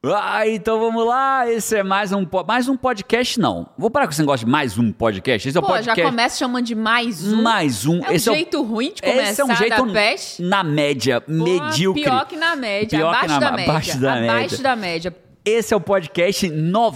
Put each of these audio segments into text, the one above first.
Então vamos lá, esse é mais um podcast, não. Vou parar com esse negócio de mais um podcast. Esse é o podcast. Já começa chamando de mais um. Mais um. É um jeito ruim de começar. Esse é um jeito da peste. na média, medíocre. Pior que na média, Pior abaixo que da média. Abaixo da média. Esse é o podcast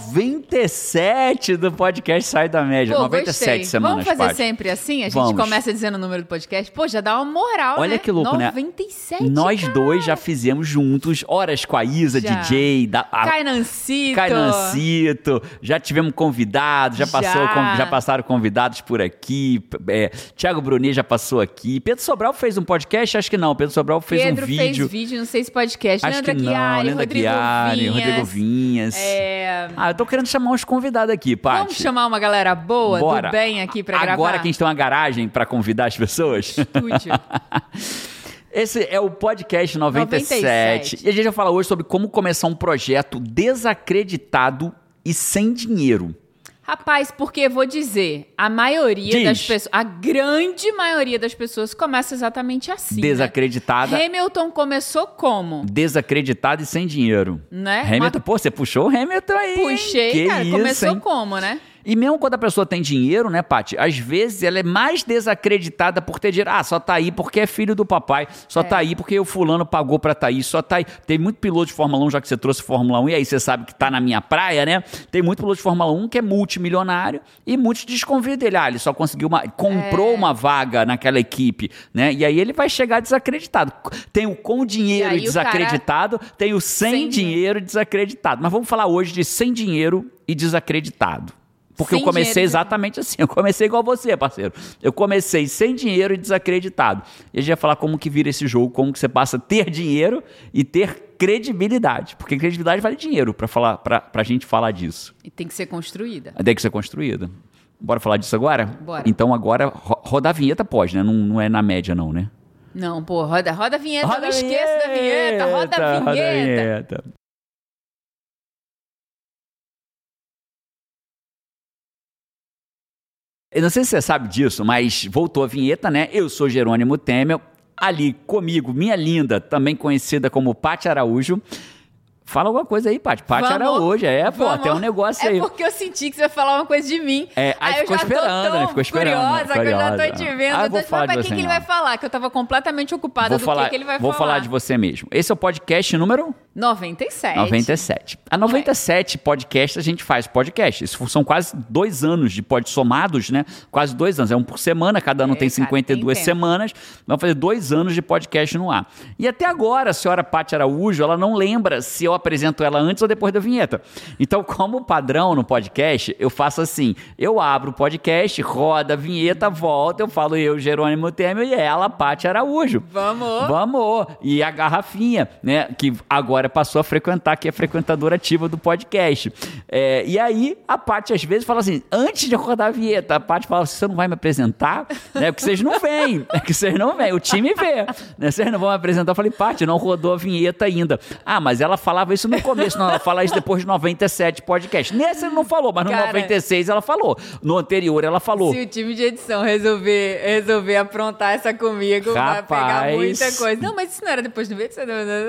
97 do podcast Sai da Média. 97 gostei. semanas, Vamos fazer Paty. sempre assim? A gente começa dizendo o número do podcast. Pô, já dá uma moral, Olha né? que louco, 97, né? Nós cara. dois já fizemos juntos horas com a Isa, Já. DJ. Cainancito. Já tivemos convidados, já passaram convidados por aqui. Thiago Brunet já passou aqui. Pedro Sobral fez um podcast? Acho que não. Pedro Sobral fez um vídeo. Pedro fez vídeo, não sei se podcast. Acho Leandra que não. Guiari, Leandra Rodrigo Vinhas. Eu tô querendo chamar uns convidados aqui, Paty. Vamos chamar uma galera boa, Bora. do bem aqui pra gravar? Agora que a gente tem uma garagem pra convidar as pessoas. Estúdio. Esse é o podcast 97. E a gente vai falar hoje sobre como começar um projeto desacreditado e sem dinheiro. Rapaz, porque vou dizer, a grande maioria das pessoas começa exatamente assim. Desacreditada. Né? Hamilton começou como? Desacreditada e sem dinheiro. Né? Hamilton, pô, você puxou o Hamilton aí. Puxei, que cara. isso, Começou hein? como, né? E mesmo quando a pessoa tem dinheiro, né, Paty? Às vezes ela é mais desacreditada por ter dinheiro. Só tá aí porque é filho do papai. Só tá aí porque o fulano pagou pra tá aí. Só tá aí. Tem muito piloto de Fórmula 1, já que você trouxe Fórmula 1, e aí você sabe que tá na minha praia, né? Tem muito piloto de Fórmula 1 que é multimilionário e muitos desconvidam ele. Ele só conseguiu comprou uma vaga naquela equipe, né? E aí ele vai chegar desacreditado. Tem o com dinheiro e desacreditado, tem o sem dinheiro e desacreditado. Mas vamos falar hoje de sem dinheiro e desacreditado. Porque eu comecei exatamente assim. Eu comecei igual você, parceiro. Eu comecei sem dinheiro e desacreditado. E a gente vai falar como que vira esse jogo, como que você passa a ter dinheiro e ter credibilidade. Porque credibilidade vale dinheiro pra gente falar disso. E tem que ser construída. Tem que ser construída. Bora falar disso agora? Bora. Então agora, rodar a vinheta pode, né? Não é na média não, né? Não, pô, roda a vinheta. Não esqueça da vinheta. Roda a vinheta. Eu não sei se você sabe disso, mas voltou a vinheta, né? Eu sou Jerônimo Temel, ali comigo, minha linda, também conhecida como Paty Araújo. Fala alguma coisa aí, Paty. Paty Araújo, tem um negócio aí. É porque eu senti que você ia falar uma coisa de mim. Aí ficou esperando, né? Ficou esperando. Curiosa, que eu já tô te vendo. Mas quem que ele vai falar? Que eu tava completamente ocupada que ele vai falar. Vou falar de você mesmo. Esse é o podcast número... 97. A 97 podcast a gente faz podcast. Isso são quase 2 anos de somados, né? Quase 2 anos. É um por semana, cada ano tem 52 semanas. Vamos fazer 2 anos de podcast no ar. E até agora, a senhora Paty Araújo, ela não lembra se eu apresento ela antes ou depois da vinheta. Então, como padrão no podcast, eu faço assim. Eu abro o podcast, roda a vinheta, volta, eu falo eu, Jerônimo Temel, e ela, Paty Araújo. Vamos! E a garrafinha, né? Que agora passou a frequentar, que é frequentadora ativa do podcast. E aí, a Paty às vezes fala assim, antes de rodar a vinheta, a Paty fala, você não vai me apresentar? Né? Porque vocês não vêm. O time vê. Né? Vocês não vão me apresentar. Eu falei, Paty, não rodou a vinheta ainda. Mas ela falava isso no começo, não, ela fala isso depois de 97 podcast. Nesse ela não falou, mas no 96 ela falou. No anterior ela falou. Se o time de edição resolver aprontar essa comigo, vai pegar muita coisa. Não, mas isso não era depois do vídeo?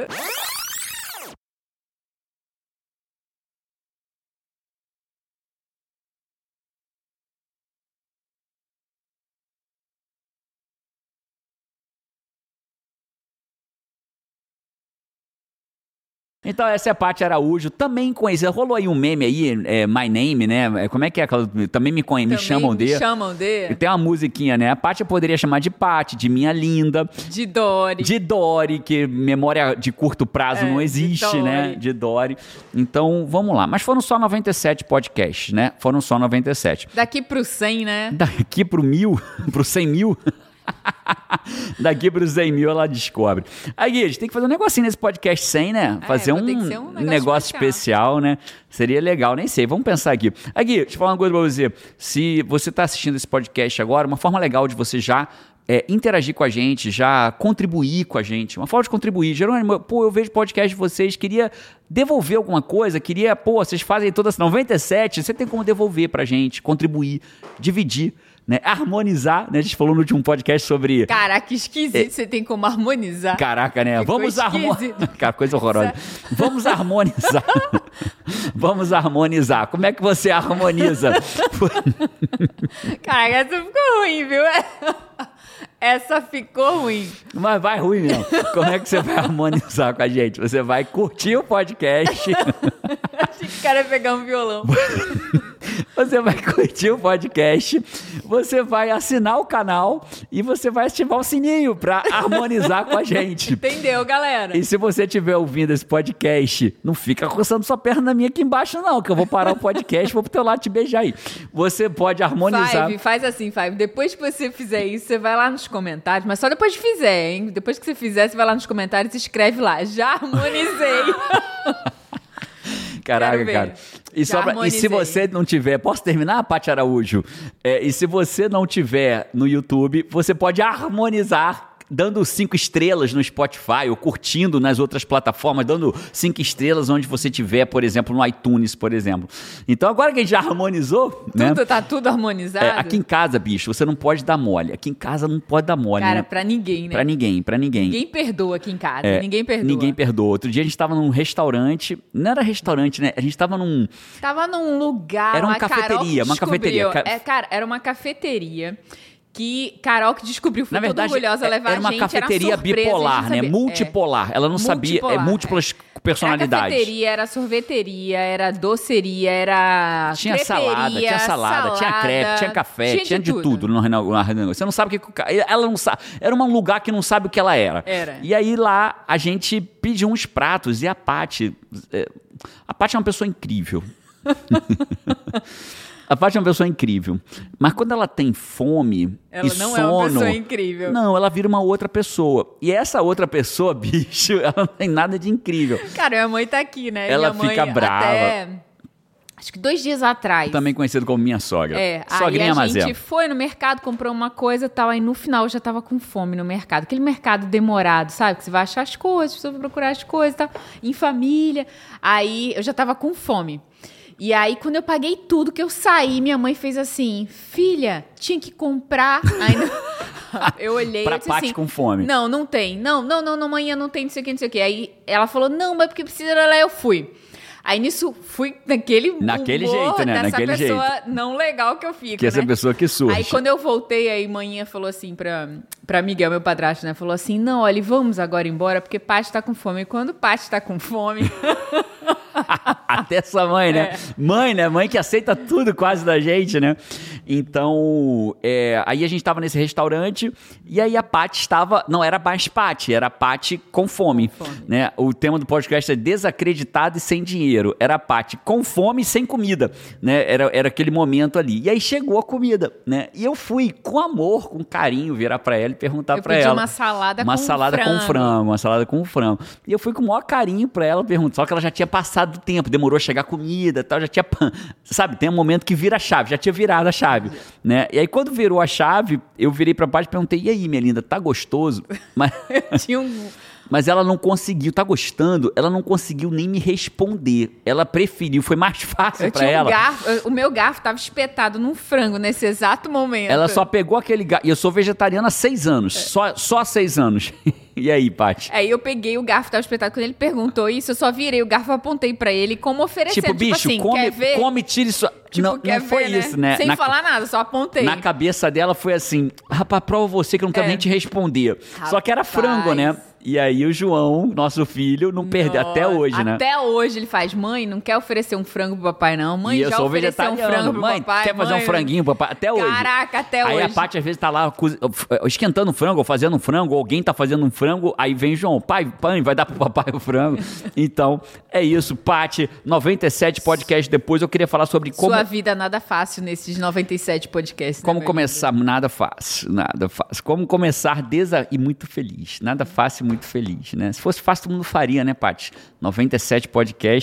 Então essa é a Paty Araújo, também conhecida, rolou aí um meme aí, My Name, né? Como é que é? Também me chamam de... Tem uma musiquinha, né? A Paty eu poderia chamar de Paty, de Minha Linda. De Dory. De Dory, que memória de curto prazo não existe, né? De Dory. Então, vamos lá. Mas foram só 97 podcasts, né? Foram só 97. Daqui pro 100, né? Daqui pro 1000, pro 100 mil... Daqui para os 100 mil ela descobre. Aí, a gente tem que fazer um negocinho nesse podcast 100, né? Fazer um negócio especial, né? Seria legal, nem sei. Vamos pensar aqui. Aqui, deixa eu falar uma coisa para você. Se você está assistindo esse podcast agora, uma forma legal de você já interagir com a gente, já contribuir com a gente. Uma forma de contribuir. Jerônimo, eu vejo podcast de vocês, queria devolver alguma coisa, vocês fazem todas 97, você tem como devolver pra gente, contribuir, dividir, né? Harmonizar, né? A gente falou no último podcast sobre... Caraca, esquisito, você tem como harmonizar. Caraca, né? Vamos harmonizar. Cara, coisa horrorosa. Vamos harmonizar. Vamos harmonizar. Como é que você harmoniza? Caraca, essa ficou ruim, viu? Essa ficou ruim. Mas vai ruim mesmo. Como é que você vai harmonizar com a gente? Você vai curtir o podcast. Achei que o cara ia pegar um violão. Você vai curtir o podcast, você vai assinar o canal e você vai ativar o sininho para harmonizar com a gente. Entendeu, galera? E se você estiver ouvindo esse podcast, não fica coçando sua perna minha aqui embaixo não, que eu vou parar o podcast, vou pro teu lado te beijar aí. Você pode harmonizar. Faz assim, Five. Depois que você fizer isso, você vai lá nos comentários, mas só depois que fizer, hein? Depois que você fizer, você vai lá nos comentários e escreve lá, já harmonizei. Caraca, cara. E se você não tiver... Posso terminar, Paty Araújo? E se você não tiver no YouTube, você pode harmonizar dando 5 estrelas no Spotify ou curtindo nas outras plataformas, dando 5 estrelas onde você tiver, por exemplo, no iTunes, por exemplo. Então, agora que a gente já harmonizou... né? Tá tudo harmonizado? Aqui em casa, bicho, você não pode dar mole. Aqui em casa não pode dar mole, cara, né? pra ninguém, né? Pra ninguém. Ninguém perdoa aqui em casa. Ninguém perdoa. Ninguém perdoa. Outro dia a gente tava num restaurante... Não era restaurante, né? A gente tava num... Tava num lugar... Era uma cafeteria. Cara, era uma cafeteria... que Carol que descobriu, foi toda orgulhosa levar a gente. Era uma cafeteria bipolar, né? Multipolar. Ela não sabia, múltiplas personalidades. Era cafeteria, era sorveteria, era doceria, era tinha salada, tinha crepe, tinha café, tinha de tudo no negócio. Você não sabe o que... Ela não sabe. Era um lugar que não sabe o que ela era. E aí lá a gente pediu uns pratos e a Paty... A Paty é uma pessoa incrível. A Paty é uma pessoa incrível, mas quando ela tem fome ela e não sono... é uma pessoa incrível. Não, ela vira uma outra pessoa. E essa outra pessoa, bicho, ela não tem nada de incrível. Cara, minha mãe tá aqui, né? Ela minha fica mãe brava. Até, acho que 2 dias atrás. Também conhecido como minha sogra. Sogrinha Mazé. A gente foi no mercado, comprou uma coisa e tal, aí no final eu já tava com fome no mercado. Aquele mercado demorado, sabe? Que você vai achar as coisas, você vai procurar as coisas e tal, em família. Aí eu já tava com fome. E aí, quando eu paguei tudo, que eu saí, minha mãe fez assim, filha, tinha que comprar... Eu olhei pra e disse Paty assim... com fome. Não tem. Não, amanhã não tem, não sei o que. Aí ela falou, não, mas porque precisa lá, eu fui. Aí nisso, fui naquele jeito, né? Dessa pessoa não legal que eu fico, que essa pessoa que surge. Aí quando eu voltei, aí manhã falou assim pra Miguel, meu padrasto, né? Falou assim, não, olha, vamos agora embora, porque Paty tá com fome. E quando Paty tá com fome... Até essa mãe, né? Mãe, né? Mãe que aceita tudo quase da gente, né? Então, aí a gente tava nesse restaurante e aí a Paty estava... Não era mais Paty, era Paty com fome, né? O tema do podcast é desacreditada e sem dinheiro. Era a Paty com fome e sem comida, né? Era aquele momento ali. E aí chegou a comida, né? E eu fui com amor, com carinho, virar pra ela e perguntar pra ela. Eu pedi uma salada com frango. Uma salada com frango. E eu fui com o maior carinho pra ela perguntar. Só que ela já tinha passado do tempo, demorou a chegar a comida e tal, já tinha... Sabe, tem um momento que vira a chave, já tinha virado a chave, né? E aí quando virou a chave, eu virei pra Paty e perguntei, e aí, minha linda, tá gostoso? Mas ela não conseguiu, tá gostando? Ela não conseguiu nem me responder. Ela preferiu, foi mais fácil pra ela. O meu garfo tava espetado num frango nesse exato momento. Ela só pegou aquele garfo. E eu sou vegetariana há 6 anos. Só há 6 anos. E aí, Paty? Aí eu peguei o garfo, tava espetado. Quando ele perguntou isso, eu só virei o garfo, apontei pra ele, como oferecendo. Tipo, bicho, assim, come, quer ver? come, tira isso. Tipo, não foi ver, isso, né? Sem falar nada, só apontei. Na cabeça dela foi assim, rapaz, prova você que eu não quero nem te responder. Só que era frango, né? E aí o João, nosso filho, não perdeu até hoje, né? Até hoje ele faz, mãe, não quer oferecer um frango pro papai, não. Mãe, e eu já sou ofereceu um frango pro mãe, papai. Quer fazer um franguinho pro papai? Até hoje. Caraca, até hoje. Aí a Paty às vezes tá lá esquentando um frango, ou fazendo um frango, ou alguém tá fazendo um frango, aí vem João, pai, vai dar pro papai o frango. Então, é isso, Paty, 97 podcasts depois, eu queria falar sobre como... Sua vida nada fácil nesses 97 podcasts. Como começar, nada fácil. Como começar e muito feliz. Nada fácil e muito feliz, né? Se fosse fácil, todo mundo faria, né, Paty? 97 podcasts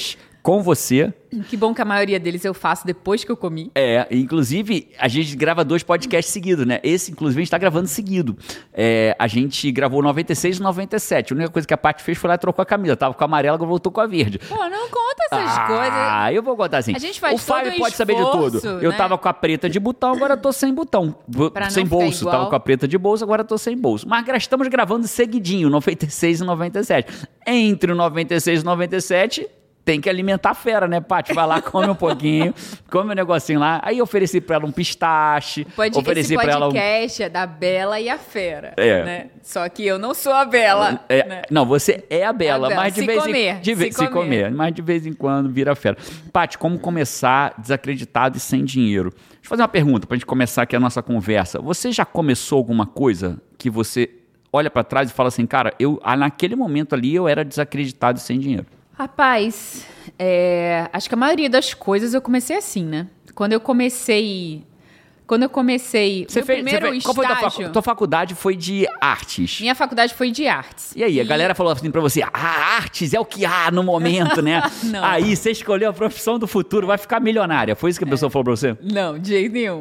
com você. Que bom que a maioria deles eu faço depois que eu comi. Inclusive, a gente grava 2 podcasts seguidos, né? Esse, inclusive, a gente tá gravando seguido. A gente gravou 96 e 97. A única coisa que a Paty fez foi lá e trocou a camisa. Tava com a amarela, agora voltou com a verde. Pô, não conta essas coisas. Eu vou contar assim. A gente faz o Fábio pode saber de tudo. Né? Eu tava com a preta de botão, agora eu tô sem botão. Sem bolso. Tava com a preta de bolso, agora eu tô sem bolso. Mas estamos gravando seguidinho, 96 e 97. Entre o 96 e 97... tem que alimentar a fera, né, Paty? Vai lá, come um pouquinho, come um negocinho lá. Aí eu ofereci pra ela um pistache. Esse podcast é da Bela e a Fera, né? Só que eu não sou a Bela. Né? Não, você é a Bela. Mas de vez em quando, mas de vez em quando vira a fera. Paty, como começar desacreditado e sem dinheiro? Deixa eu fazer uma pergunta pra gente começar aqui a nossa conversa. Você já começou alguma coisa que você olha pra trás e fala assim, cara, naquele momento ali eu era desacreditado e sem dinheiro? Rapaz, acho que a maioria das coisas eu comecei assim, né? Quando eu comecei primeiro estágio... Qual foi tua faculdade? Foi de artes? Minha faculdade foi de artes. E aí, a galera falou assim pra você, artes é o que há no momento, né? Não. Aí, você escolheu a profissão do futuro, vai ficar milionária. Foi isso que a pessoa falou pra você? Não, de jeito nenhum.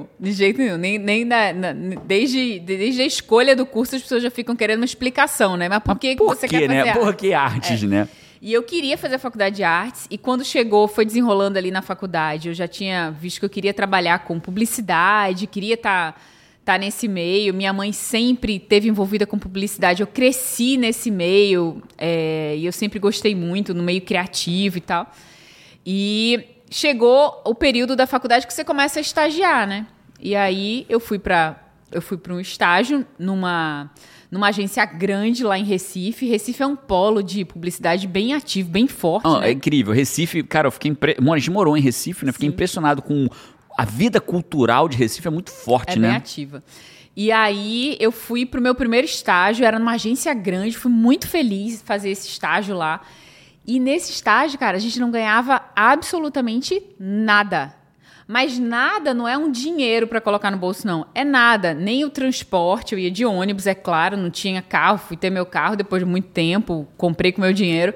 Desde a escolha do curso, as pessoas já ficam querendo uma explicação, né? Mas por que você quer fazer arte? Por que artes, né? E eu queria fazer a faculdade de artes, e quando chegou, foi desenrolando ali na faculdade, eu já tinha visto que eu queria trabalhar com publicidade, queria estar nesse meio. Minha mãe sempre esteve envolvida com publicidade, eu cresci nesse meio, e eu sempre gostei muito, no meio criativo e tal. E chegou o período da faculdade que você começa a estagiar, né? E aí eu fui para um estágio numa agência grande lá em Recife. Recife é um polo de publicidade bem ativo, bem forte, né? É incrível. Recife, cara, a gente morou em Recife, né? Fiquei impressionado com a vida cultural de Recife, é muito forte, né? É bem ativa. E aí eu fui pro meu primeiro estágio, era numa agência grande, fui muito feliz de fazer esse estágio lá. E nesse estágio, cara, a gente não ganhava absolutamente nada. Mas nada não é um dinheiro para colocar no bolso, não. É nada. Nem o transporte. Eu ia de ônibus, é claro. Não tinha carro. Fui ter meu carro depois de muito tempo. Comprei com meu dinheiro.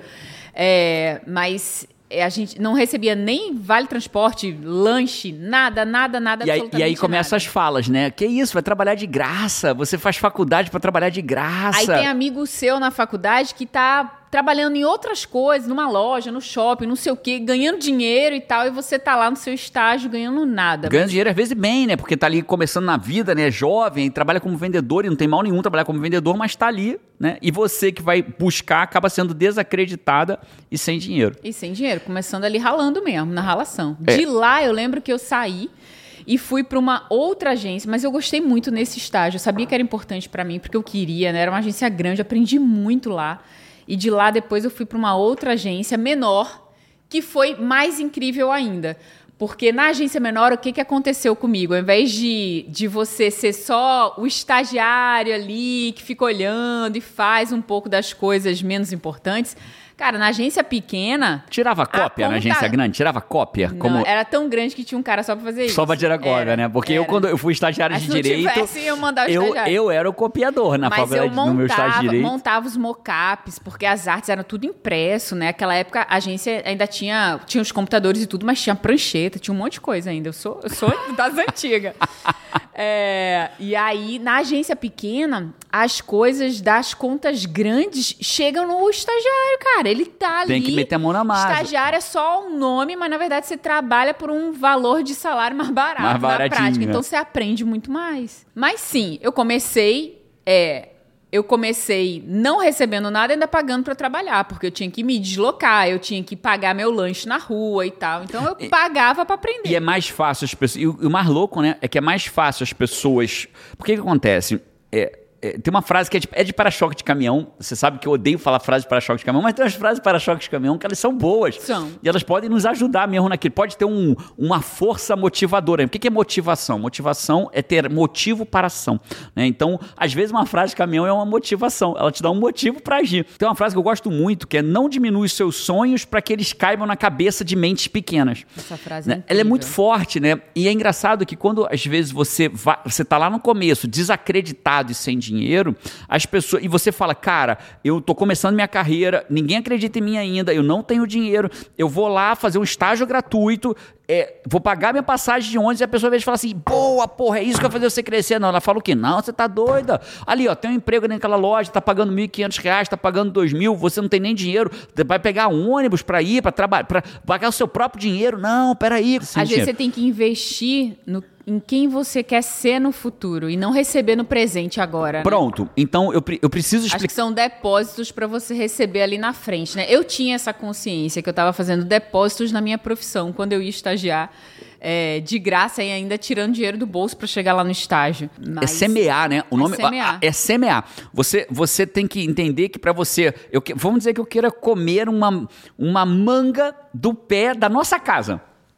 Mas a gente não recebia nem vale transporte, lanche, nada, absolutamente E aí começam nada. as falas, né? Que isso, vai trabalhar de graça. Você faz faculdade para trabalhar de graça. Aí tem amigo seu na faculdade que tá trabalhando em outras coisas, numa loja, no shopping, não sei o quê, ganhando dinheiro e tal, e você tá lá no seu estágio ganhando nada. Ganhando dinheiro às vezes bem, né? Porque tá ali começando na vida, né? Jovem, trabalha como vendedor, e não tem mal nenhum trabalhar como vendedor, mas tá ali, né? E você que vai buscar acaba sendo desacreditada e sem dinheiro. E sem dinheiro, começando ali ralando mesmo, na ralação. De lá eu lembro que eu saí e fui para uma outra agência, mas eu gostei muito nesse estágio, eu sabia que era importante para mim, porque eu queria, né? Era uma agência grande, aprendi muito lá. E de lá, depois, eu fui para uma outra agência menor, que foi mais incrível ainda. Porque na agência menor, o que aconteceu comigo? Ao invés de você ser só o estagiário ali, que fica olhando e faz um pouco das coisas menos importantes... Cara, na agência pequena... Tirava cópia na agência grande? Tirava cópia? Não, era tão grande que tinha um cara só pra fazer isso. Só pra tirar cópia, né? Porque quando eu fui estagiário de direito... Se tivesse, eu mandava o estagiário. Eu era o copiador na faculdade, no meu estágio de direito. Mas eu montava os mock-ups, porque as artes eram tudo impresso, né? Naquela época, a agência ainda tinha os computadores e tudo, mas tinha prancheta, tinha um monte de coisa ainda. Eu sou das antigas. E aí, na agência pequena, as coisas das contas grandes chegam no estagiário, cara. Ele tá ali. Tem que meter a mão na massa. Estagiário é só um nome, mas na verdade você trabalha por um valor de salário mais barato na prática. Então você aprende muito mais. Mas sim, eu comecei não recebendo nada, ainda pagando para trabalhar, porque eu tinha que me deslocar, eu tinha que pagar meu lanche na rua e tal. Então eu pagava para aprender. E é mais fácil as pessoas... E o mais louco, né, é que é mais fácil as pessoas... Porque o que acontece? Tem uma frase que é de para-choque de caminhão. Você sabe que eu odeio falar frase de para-choque de caminhão, mas tem umas frases de para-choque de caminhão que elas são boas. São. E elas podem nos ajudar mesmo naquilo. Pode ter uma força motivadora. O que é motivação? Motivação é ter motivo para ação, né? Então, às vezes uma frase de caminhão é uma motivação. Ela te dá um motivo para agir. Tem uma frase que eu gosto muito, que é: não diminui os seus sonhos para que eles caibam na cabeça de mentes pequenas. Essa frase né? Ela é muito forte, né? E é engraçado que quando, às vezes, você tá lá no começo, desacreditado e sem dinheiro, dinheiro, as pessoas... E você fala, cara, eu tô começando minha carreira, ninguém acredita em mim ainda, eu não tenho dinheiro, eu vou lá fazer um estágio gratuito, vou pagar minha passagem de ônibus, e a pessoa às vezes fala assim, boa, porra, é isso que vai fazer você crescer. Não, ela fala o quê? Não, você tá doida. Ali, ó, tem um emprego naquela loja, tá pagando R$1.500, tá pagando R$2.000, você não tem nem dinheiro, vai pegar um ônibus pra ir, pra trabalhar, pra pagar o seu próprio dinheiro. Não, peraí. Às vezes você tem que investir em quem você quer ser no futuro e não receber no presente agora. Pronto. Né? Então, eu preciso explicar. Acho que são depósitos para você receber ali na frente, né? Eu tinha essa consciência que eu estava fazendo depósitos na minha profissão quando eu ia estagiar de graça e ainda tirando dinheiro do bolso para chegar lá no estágio. Mas é semear, né? O nome é semear. Você tem que entender que para você... vamos dizer que eu queira comer uma manga do pé da nossa casa.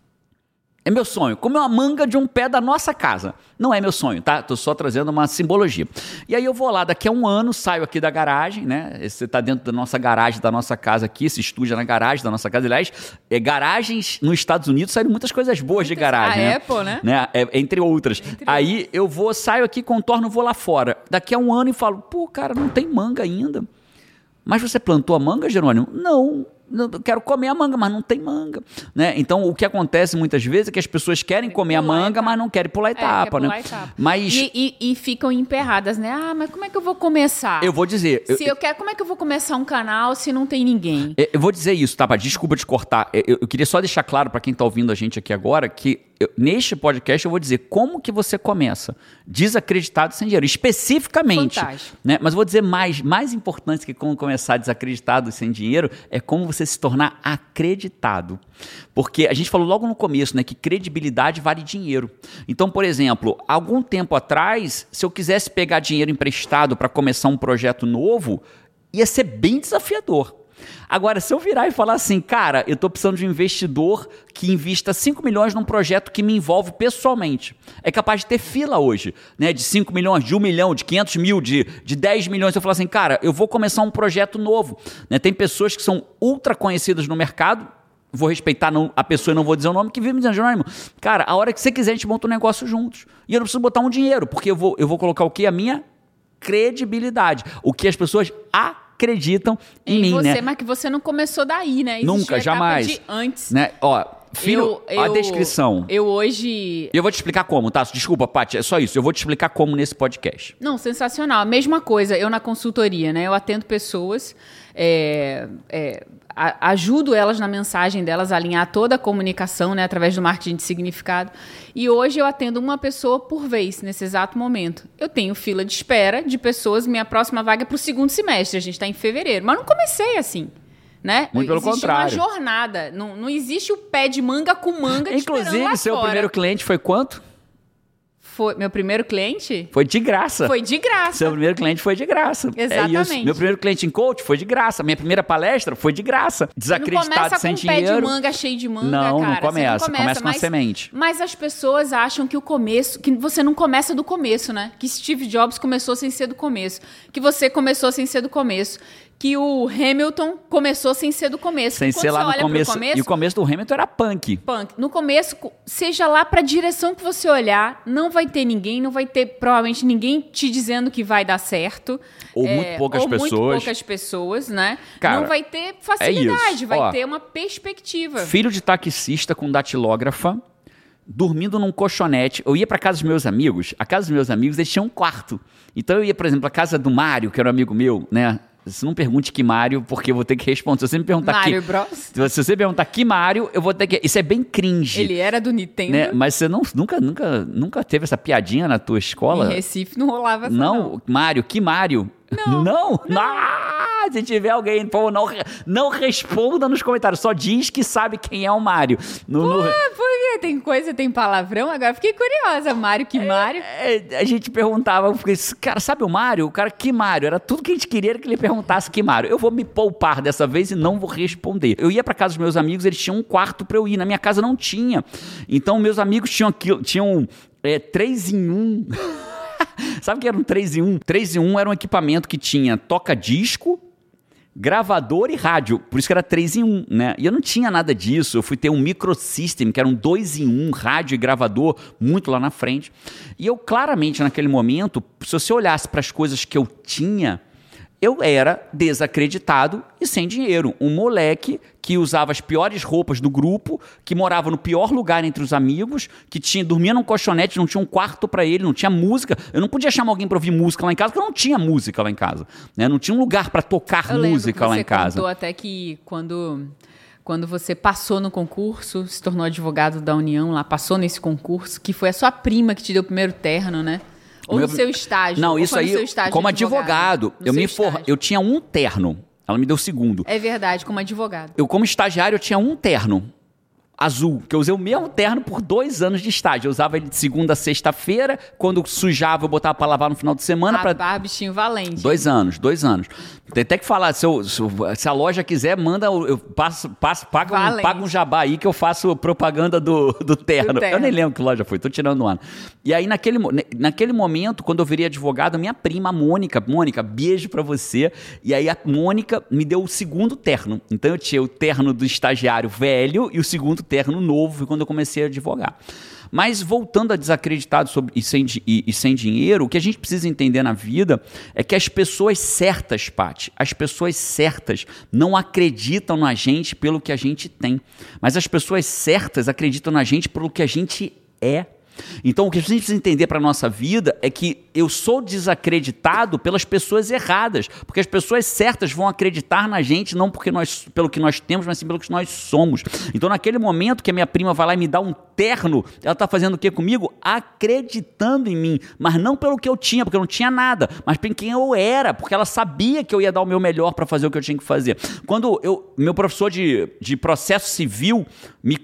É meu sonho. Comer uma manga de um pé da nossa casa. Não é meu sonho, tá? Tô só trazendo uma simbologia. E aí eu vou lá, daqui a um ano, saio aqui da garagem, né? Você tá dentro da nossa garagem, da nossa casa aqui, esse estúdio é na garagem da nossa casa. Aliás, garagens nos Estados Unidos saíram muitas coisas boas de garagem, né? Apple, né? Entre outras. Aí eu saio aqui, contorno, vou lá fora. Daqui a um ano e falo, pô, cara, não tem manga ainda. Mas você plantou a manga, Jerônimo? Não. Eu quero comer a manga, mas não tem manga, né? Então, o que acontece muitas vezes é que as pessoas querem comer a manga, mas não querem pular a etapa, né? Mas... E ficam emperradas, né? Ah, mas como é que eu vou começar? Eu vou dizer... Como é que eu vou começar um canal se não tem ninguém? Eu vou dizer isso, tá? Desculpa te cortar. Eu queria só deixar claro para quem está ouvindo a gente aqui agora que neste podcast eu vou dizer como que você começa desacreditado sem dinheiro, especificamente. Fantástico. Né? Mas eu vou dizer mais importante que como começar desacreditado sem dinheiro é como você se tornar acreditado. Porque a gente falou logo no começo, né, que credibilidade vale dinheiro. Então, por exemplo, algum tempo atrás, se eu quisesse pegar dinheiro emprestado para começar um projeto novo, ia ser bem desafiador. Agora, se eu virar e falar assim, cara, eu estou precisando de um investidor que invista 5 milhões num projeto que me envolve pessoalmente. É capaz de ter fila hoje, né? De 5 milhões, de 1 milhão, de 500 mil, de 10 milhões. Eu falo assim, cara, eu vou começar um projeto novo. Né? Tem pessoas que são ultra conhecidas no mercado, vou respeitar a pessoa e não vou dizer o nome, que vive me dizendo, Jerônimo, cara, a hora que você quiser a gente monta um negócio juntos. E eu não preciso botar um dinheiro, porque eu vou colocar o quê? A minha credibilidade. O que as pessoas acreditam em mim, você, né? Mas que você não começou daí, né? Nunca, jamais. De antes. Né? Ó, filho, a descrição. Eu hoje... Eu vou te explicar como, tá? Desculpa, Paty, é só isso. Eu vou te explicar como nesse podcast. Não, sensacional. A mesma coisa, eu na consultoria, né? Eu atendo pessoas, ajudo elas na mensagem delas, a alinhar toda a comunicação, né? Através do marketing de significado. E hoje eu atendo uma pessoa por vez, nesse exato momento. Eu tenho fila de espera de pessoas, minha próxima vaga é para o segundo semestre. A gente está em fevereiro. Mas não comecei assim. Né? Muito pelo contrário. Existe uma jornada. Não existe o pé de manga com manga te esperando lá fora. Inclusive, seu primeiro cliente foi quanto? Meu primeiro cliente? Foi de graça. Foi de graça. Seu primeiro cliente foi de graça. Exatamente. É isso. Meu primeiro cliente em coach foi de graça. Minha primeira palestra foi de graça. Desacreditado, sem dinheiro. Não começa com um pé de manga cheio de manga, não, cara. Não começa. Começa com a semente. Mas as pessoas acham que que você não começa do começo, né? Que Steve Jobs começou sem ser do começo. Que você começou sem ser do começo. Que o Hamilton começou sem ser do começo. Sem ser lá no começo. E o começo do Hamilton era punk. No começo, seja lá para a direção que você olhar, não vai ter ninguém, não vai ter provavelmente ninguém te dizendo que vai dar certo. Ou muito poucas pessoas. Muito poucas pessoas, né? Cara, não vai ter facilidade, vai ter uma perspectiva. Filho de taxista com datilógrafa, dormindo num colchonete. Eu ia para casa dos meus amigos. A casa dos meus amigos, eles tinham um quarto. Então eu ia, por exemplo, à casa do Mário, que era um amigo meu, né? Você não pergunte que Mário, porque eu vou ter que responder. Se você me perguntar Mário Bros. Se você perguntar que Mário, eu vou ter que... Isso é bem cringe. Ele era do Nintendo. Né? Mas você nunca teve essa piadinha na tua escola? Em Recife não rolava essa não. Mário, que Mário? Não? Se tiver alguém, pô, não responda nos comentários. Só diz que sabe quem é o Mário. Por quê? Tem palavrão? Agora fiquei curiosa. Mário, que Mário? A gente perguntava, cara, sabe o Mário? O cara, que Mário? Era tudo que a gente queria que ele perguntasse que Mário. Eu vou me poupar dessa vez e não vou responder. Eu ia pra casa dos meus amigos, eles tinham um quarto pra eu ir. Na minha casa não tinha. Então, meus amigos tinham 3 em 1. Sabe o que era um 3 em 1? 3 em 1 era um equipamento que tinha toca-disco, gravador e rádio. Por isso que era 3 em 1, né? E eu não tinha nada disso. Eu fui ter um microsystem, que era um 2 em 1, rádio e gravador, muito lá na frente. E eu claramente, naquele momento, se você olhasse para as coisas que eu tinha, eu era desacreditado e sem dinheiro. Um moleque que usava as piores roupas do grupo, que morava no pior lugar entre os amigos, que dormia num colchonete, não tinha um quarto para ele, não tinha música. Eu não podia chamar alguém para ouvir música lá em casa, porque eu não tinha música lá em casa, né? Não tinha um lugar para tocar música lá em casa. Você contou até que quando você passou no concurso, se tornou advogado da União, lá passou nesse concurso, que foi a sua prima que te deu o primeiro terno, né? Ou no seu estágio? Não, isso aí, como advogado, eu tinha um terno. Ela me deu o segundo. É verdade, como advogado. Como estagiário, eu tinha um terno azul, que eu usei o mesmo terno por 2 anos de estágio. Eu usava ele de segunda a sexta-feira, quando sujava eu botava pra lavar no final de semana. Bichinho valente. 2 anos. Tem até que falar, se a loja quiser, manda, eu pago um jabá aí que eu faço propaganda do terno. Eu nem lembro que loja foi, tô tirando no ano. E aí, naquele momento, quando eu virei advogado, minha prima, Mônica, beijo pra você. E aí a Mônica me deu o segundo terno. Então eu tinha o terno do estagiário velho e o segundo terno novo, foi quando eu comecei a advogar. Mas voltando a desacreditado e sem dinheiro, o que a gente precisa entender na vida é que as pessoas certas, Paty, as pessoas certas não acreditam na gente pelo que a gente tem, mas as pessoas certas acreditam na gente pelo que a gente é. Então, o que a gente precisa entender para a nossa vida é que eu sou desacreditado pelas pessoas erradas, porque as pessoas certas vão acreditar na gente não pelo que nós temos, mas sim pelo que nós somos. Então, naquele momento que a minha prima vai lá e me dá um terno, ela está fazendo o que comigo? Acreditando em mim, mas não pelo que eu tinha, porque eu não tinha nada, mas por quem eu era, porque ela sabia que eu ia dar o meu melhor para fazer o que eu tinha que fazer. Quando meu professor de processo civil me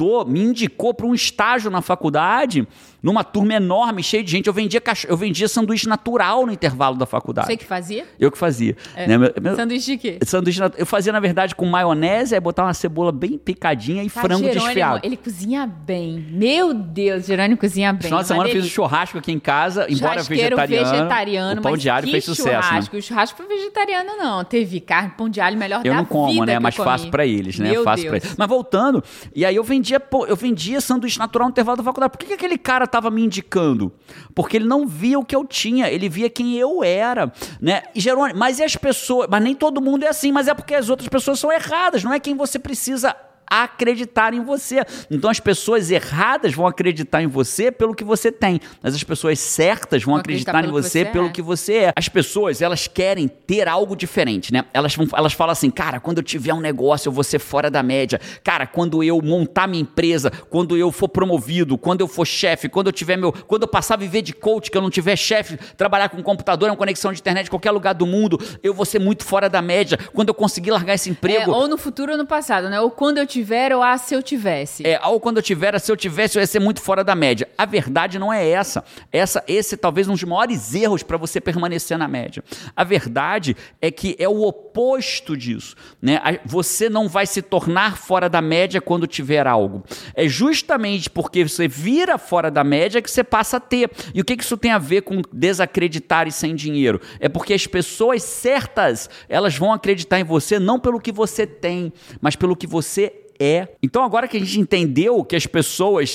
indicou para um estágio na faculdade, numa turma enorme, cheia de gente, eu vendia sanduíche natural no intervalo da faculdade. Você que fazia? Eu que fazia. Sanduíche de quê? Eu fazia, na verdade, com maionese, aí botava uma cebola bem picadinha e frango desfiado. Ele cozinha bem. Meu Deus, Jerônimo cozinha bem. No final de semana eu fiz um churrasco aqui em casa, embora vegetariano, o pão de alho fez sucesso. Né? O churrasco foi vegetariano, não. Teve carne, pão de alho, melhor da vida. Eu não como, né? É mais fácil pra eles, né? Mas voltando, e aí eu vendia sanduíche natural no intervalo da faculdade. Por que aquele cara estava me indicando? Porque ele não via o que eu tinha, ele via quem eu era, né? E Jerônimo, mas e as pessoas? Mas nem todo mundo é assim, mas é porque as outras pessoas são erradas, não é quem você precisa acreditar em você. Então as pessoas erradas vão acreditar em você pelo que você tem, mas as pessoas certas vão acreditar em você pelo que você é. As pessoas, elas querem ter algo diferente, né? Elas falam assim, cara, quando eu tiver um negócio eu vou ser fora da média, cara, quando eu montar minha empresa, quando eu for promovido, quando eu for chefe, quando eu passar a viver de coach, que eu não tiver chefe, trabalhar com computador, uma conexão de internet em qualquer lugar do mundo, eu vou ser muito fora da média, quando eu conseguir largar esse emprego. Ou no futuro ou no passado, né? Ou quando eu tiver ou se eu tivesse. Ou quando eu tiver, se eu tivesse, eu ia ser muito fora da média. A verdade não é essa. Esse é talvez um dos maiores erros para você permanecer na média. A verdade é que é o oposto disso, né? Você não vai se tornar fora da média quando tiver algo. É justamente porque você vira fora da média que você passa a ter. E o que isso tem a ver com desacreditar e sem dinheiro? É porque as pessoas certas, elas vão acreditar em você não pelo que você tem, mas pelo que você é. Então agora que a gente entendeu que as pessoas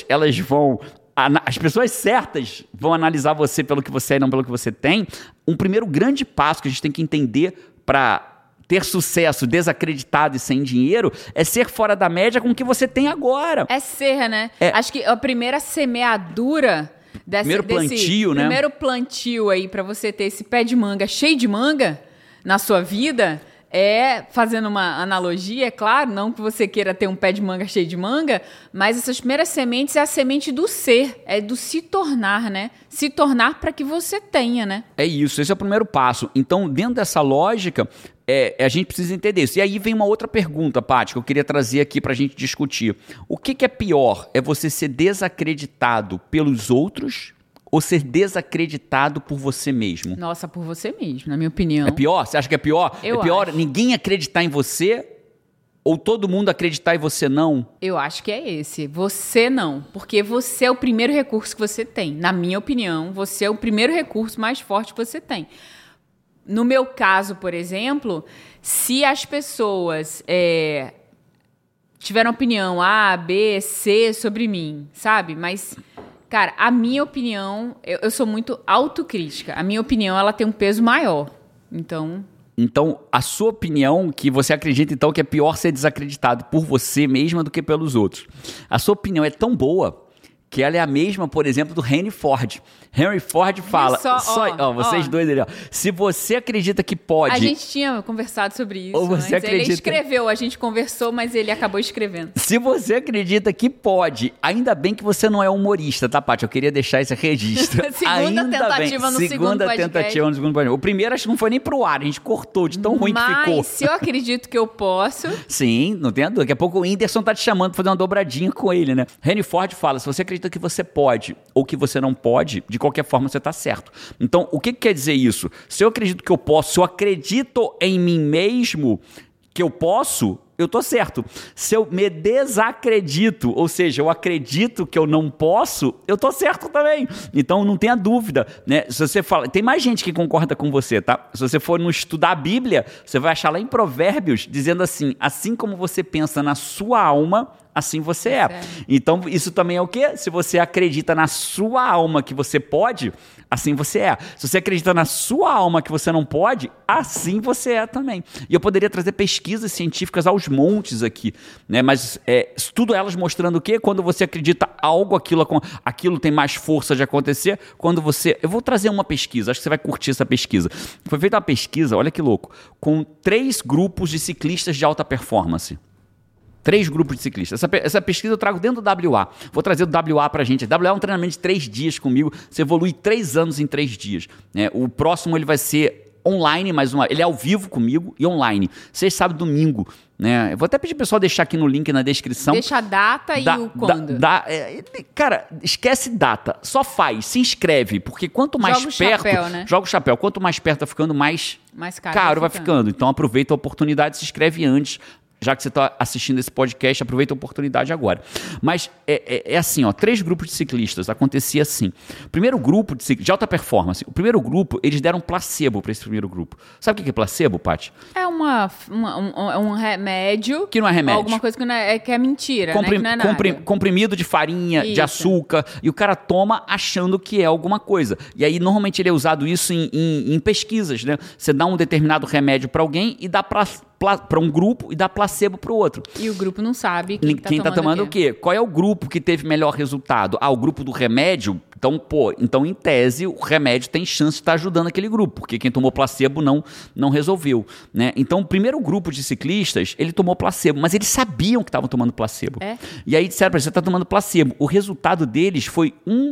certas vão analisar você pelo que você é e não pelo que você tem, um primeiro grande passo que a gente tem que entender para ter sucesso desacreditado e sem dinheiro é ser fora da média com o que você tem agora. É ser, né? Acho que a primeira semeadura primeiro plantio aí para você ter esse pé de manga cheio de manga na sua vida, fazendo uma analogia, é claro, não que você queira ter um pé de manga cheio de manga, mas essas primeiras sementes é a semente do ser, é do se tornar, né? Se tornar para que você tenha, né? É isso, esse é o primeiro passo. Então, dentro dessa lógica, a gente precisa entender isso. E aí vem uma outra pergunta, Paty, que eu queria trazer aqui para a gente discutir. O que é pior? É você ser desacreditado pelos outros ou ser desacreditado por você mesmo? Nossa, por você mesmo, na minha opinião. É pior? Você acha que é pior? Eu é pior acho. Ninguém acreditar em você ou todo mundo acreditar em você não? Eu acho que é esse. Você não. Porque você é o primeiro recurso que você tem. Na minha opinião, você é o primeiro recurso mais forte que você tem. no meu caso, por exemplo, se as pessoas tiveram opinião A, B, C sobre mim, sabe? Mas, cara, a minha opinião, eu sou muito autocrítica. A minha opinião, ela tem um peso maior. Então, a sua opinião, que você acredita, então, que é pior ser desacreditado por você mesma do que pelos outros. A sua opinião é tão boa que ela é a mesma, por exemplo, do Henry Ford. Henry Ford fala... Vocês dois ali, ó. Se você acredita que pode... A gente tinha conversado sobre isso. Ou você acredita... Ele escreveu, a gente conversou, mas ele acabou escrevendo. Se você acredita que pode, ainda bem que você não é humorista, tá, Paty? Eu queria deixar esse registro. Segunda tentativa no segundo podcast. O primeiro acho que não foi nem pro ar, a gente cortou de tão ruim que ficou. Mas se eu acredito que eu posso... Sim, não tem dúvida. Daqui a pouco o Whindersson tá te chamando pra fazer uma dobradinha com ele, né? Henry Ford fala, se você acredita que você pode ou que você não pode, de qualquer forma você tá certo. Então, o que quer dizer isso? Se eu acredito que eu posso, se eu acredito em mim mesmo que eu posso, eu tô certo. Se eu me desacredito, ou seja, eu acredito que eu não posso, eu tô certo também. Então, não tenha dúvida, né? Se você fala, tem mais gente que concorda com você, tá? Se você for estudar a Bíblia, você vai achar lá em Provérbios, dizendo assim como você pensa na sua alma, assim você é. Então, isso também é o quê? Se você acredita na sua alma que você pode, assim você é. Se você acredita na sua alma que você não pode, assim você é também. E eu poderia trazer pesquisas científicas aos montes aqui, né? Mas tudo elas mostrando o quê? Quando você acredita algo, aquilo tem mais força de acontecer. Quando você... Eu vou trazer uma pesquisa, acho que você vai curtir essa pesquisa. Foi feita uma pesquisa, olha que louco, com 3 grupos de ciclistas de alta performance. 3 grupos de ciclistas. Essa pesquisa eu trago dentro do WA. Vou trazer o WA pra gente. O WA é um treinamento de 3 dias comigo. Você evolui 3 anos em 3 dias. Né? O próximo ele vai ser online, ele é ao vivo comigo e online. Sexta, sábado, domingo. Né? Eu vou até pedir pro pessoal deixar aqui no link na descrição. Deixa a data e o quando. Cara, esquece data. Só faz, se inscreve. Porque quanto mais perto... Chapéu, né? Joga o chapéu. Quanto mais perto tá ficando, mais caro vai ficando. Então aproveita a oportunidade, se inscreve antes. Já que você está assistindo esse podcast, aproveita a oportunidade agora. Mas é assim, 3 grupos de ciclistas. Acontecia assim. Primeiro grupo de alta performance. O primeiro grupo, eles deram placebo para esse primeiro grupo. Sabe o que é placebo, Paty? É um remédio. Que não é remédio. Alguma coisa que é mentira, né? Que não é nada. Comprimido de farinha, de açúcar. E o cara toma achando que é alguma coisa. E aí, normalmente, ele é usado isso em pesquisas, né? Você dá um determinado remédio para alguém e dá para um grupo e dá placebo para o outro. E o grupo não sabe quem está tomando o quê. Qual é o grupo que teve melhor resultado? O grupo do remédio. Então, em tese, o remédio tem chance de estar ajudando aquele grupo, porque quem tomou placebo não resolveu. Né? Então, o primeiro grupo de ciclistas, ele tomou placebo, mas eles sabiam que estavam tomando placebo. E aí disseram para ele, você está tomando placebo. O resultado deles foi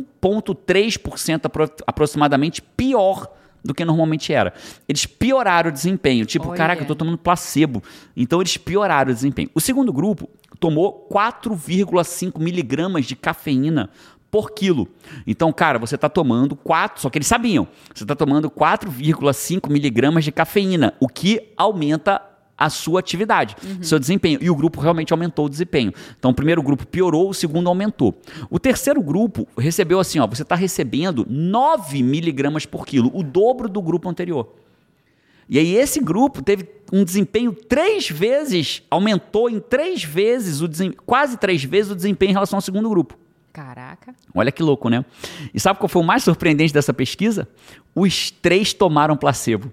1,3% aproximadamente pior do que normalmente era. Eles pioraram o desempenho. Caraca, eu tô tomando placebo. Então, eles pioraram o desempenho. O segundo grupo tomou 4,5 miligramas de cafeína por quilo. Então, cara, você está tomando 4... Só que eles sabiam. Você está tomando 4,5 miligramas de cafeína, o que aumenta a sua atividade, seu desempenho. E o grupo realmente aumentou o desempenho. Então, o primeiro grupo piorou, o segundo aumentou. O terceiro grupo recebeu assim, você está recebendo 9 miligramas por quilo, o dobro do grupo anterior. E aí esse grupo teve um desempenho 3 vezes, aumentou em 3 vezes, quase 3 vezes o desempenho em relação ao segundo grupo. Caraca. Olha que louco, né? E sabe qual foi o mais surpreendente dessa pesquisa? Os 3 tomaram placebo.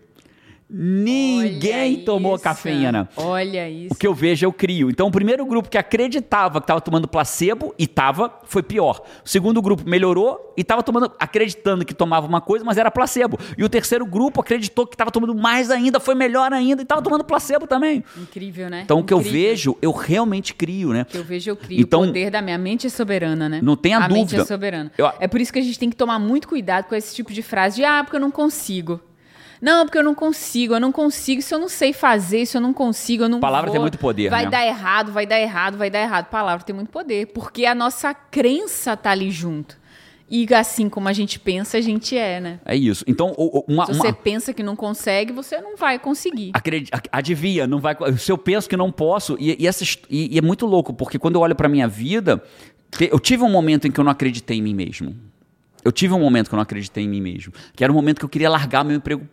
Ninguém tomou cafeína. Olha isso. O que eu vejo, eu crio. Então, o primeiro grupo que acreditava que estava tomando placebo foi pior. O segundo grupo melhorou e estava acreditando que tomava uma coisa, mas era placebo. E o terceiro grupo acreditou que estava tomando mais ainda, foi melhor ainda e estava tomando placebo também. Incrível, né? Então, o que eu vejo, eu realmente crio, né? O que eu vejo, eu crio. Então, o poder da minha mente é soberana, né? Não tenha dúvida. A mente é soberana. É por isso que a gente tem que tomar muito cuidado com esse tipo de frase de porque eu não consigo. Não, porque eu não consigo, se eu não sei fazer, se eu não consigo, eu não vou. Palavra tem muito poder, vai dar errado. Palavra tem muito poder, porque a nossa crença tá ali junto. E assim como a gente pensa, a gente é, né? É isso. Então, se você pensa que não consegue, você não vai conseguir. Adivinha, não vai. Se eu penso que não posso, e é muito louco, porque quando eu olho pra minha vida, eu tive um momento em que eu não acreditei em mim mesmo. Que era um momento que eu queria largar meu emprego público.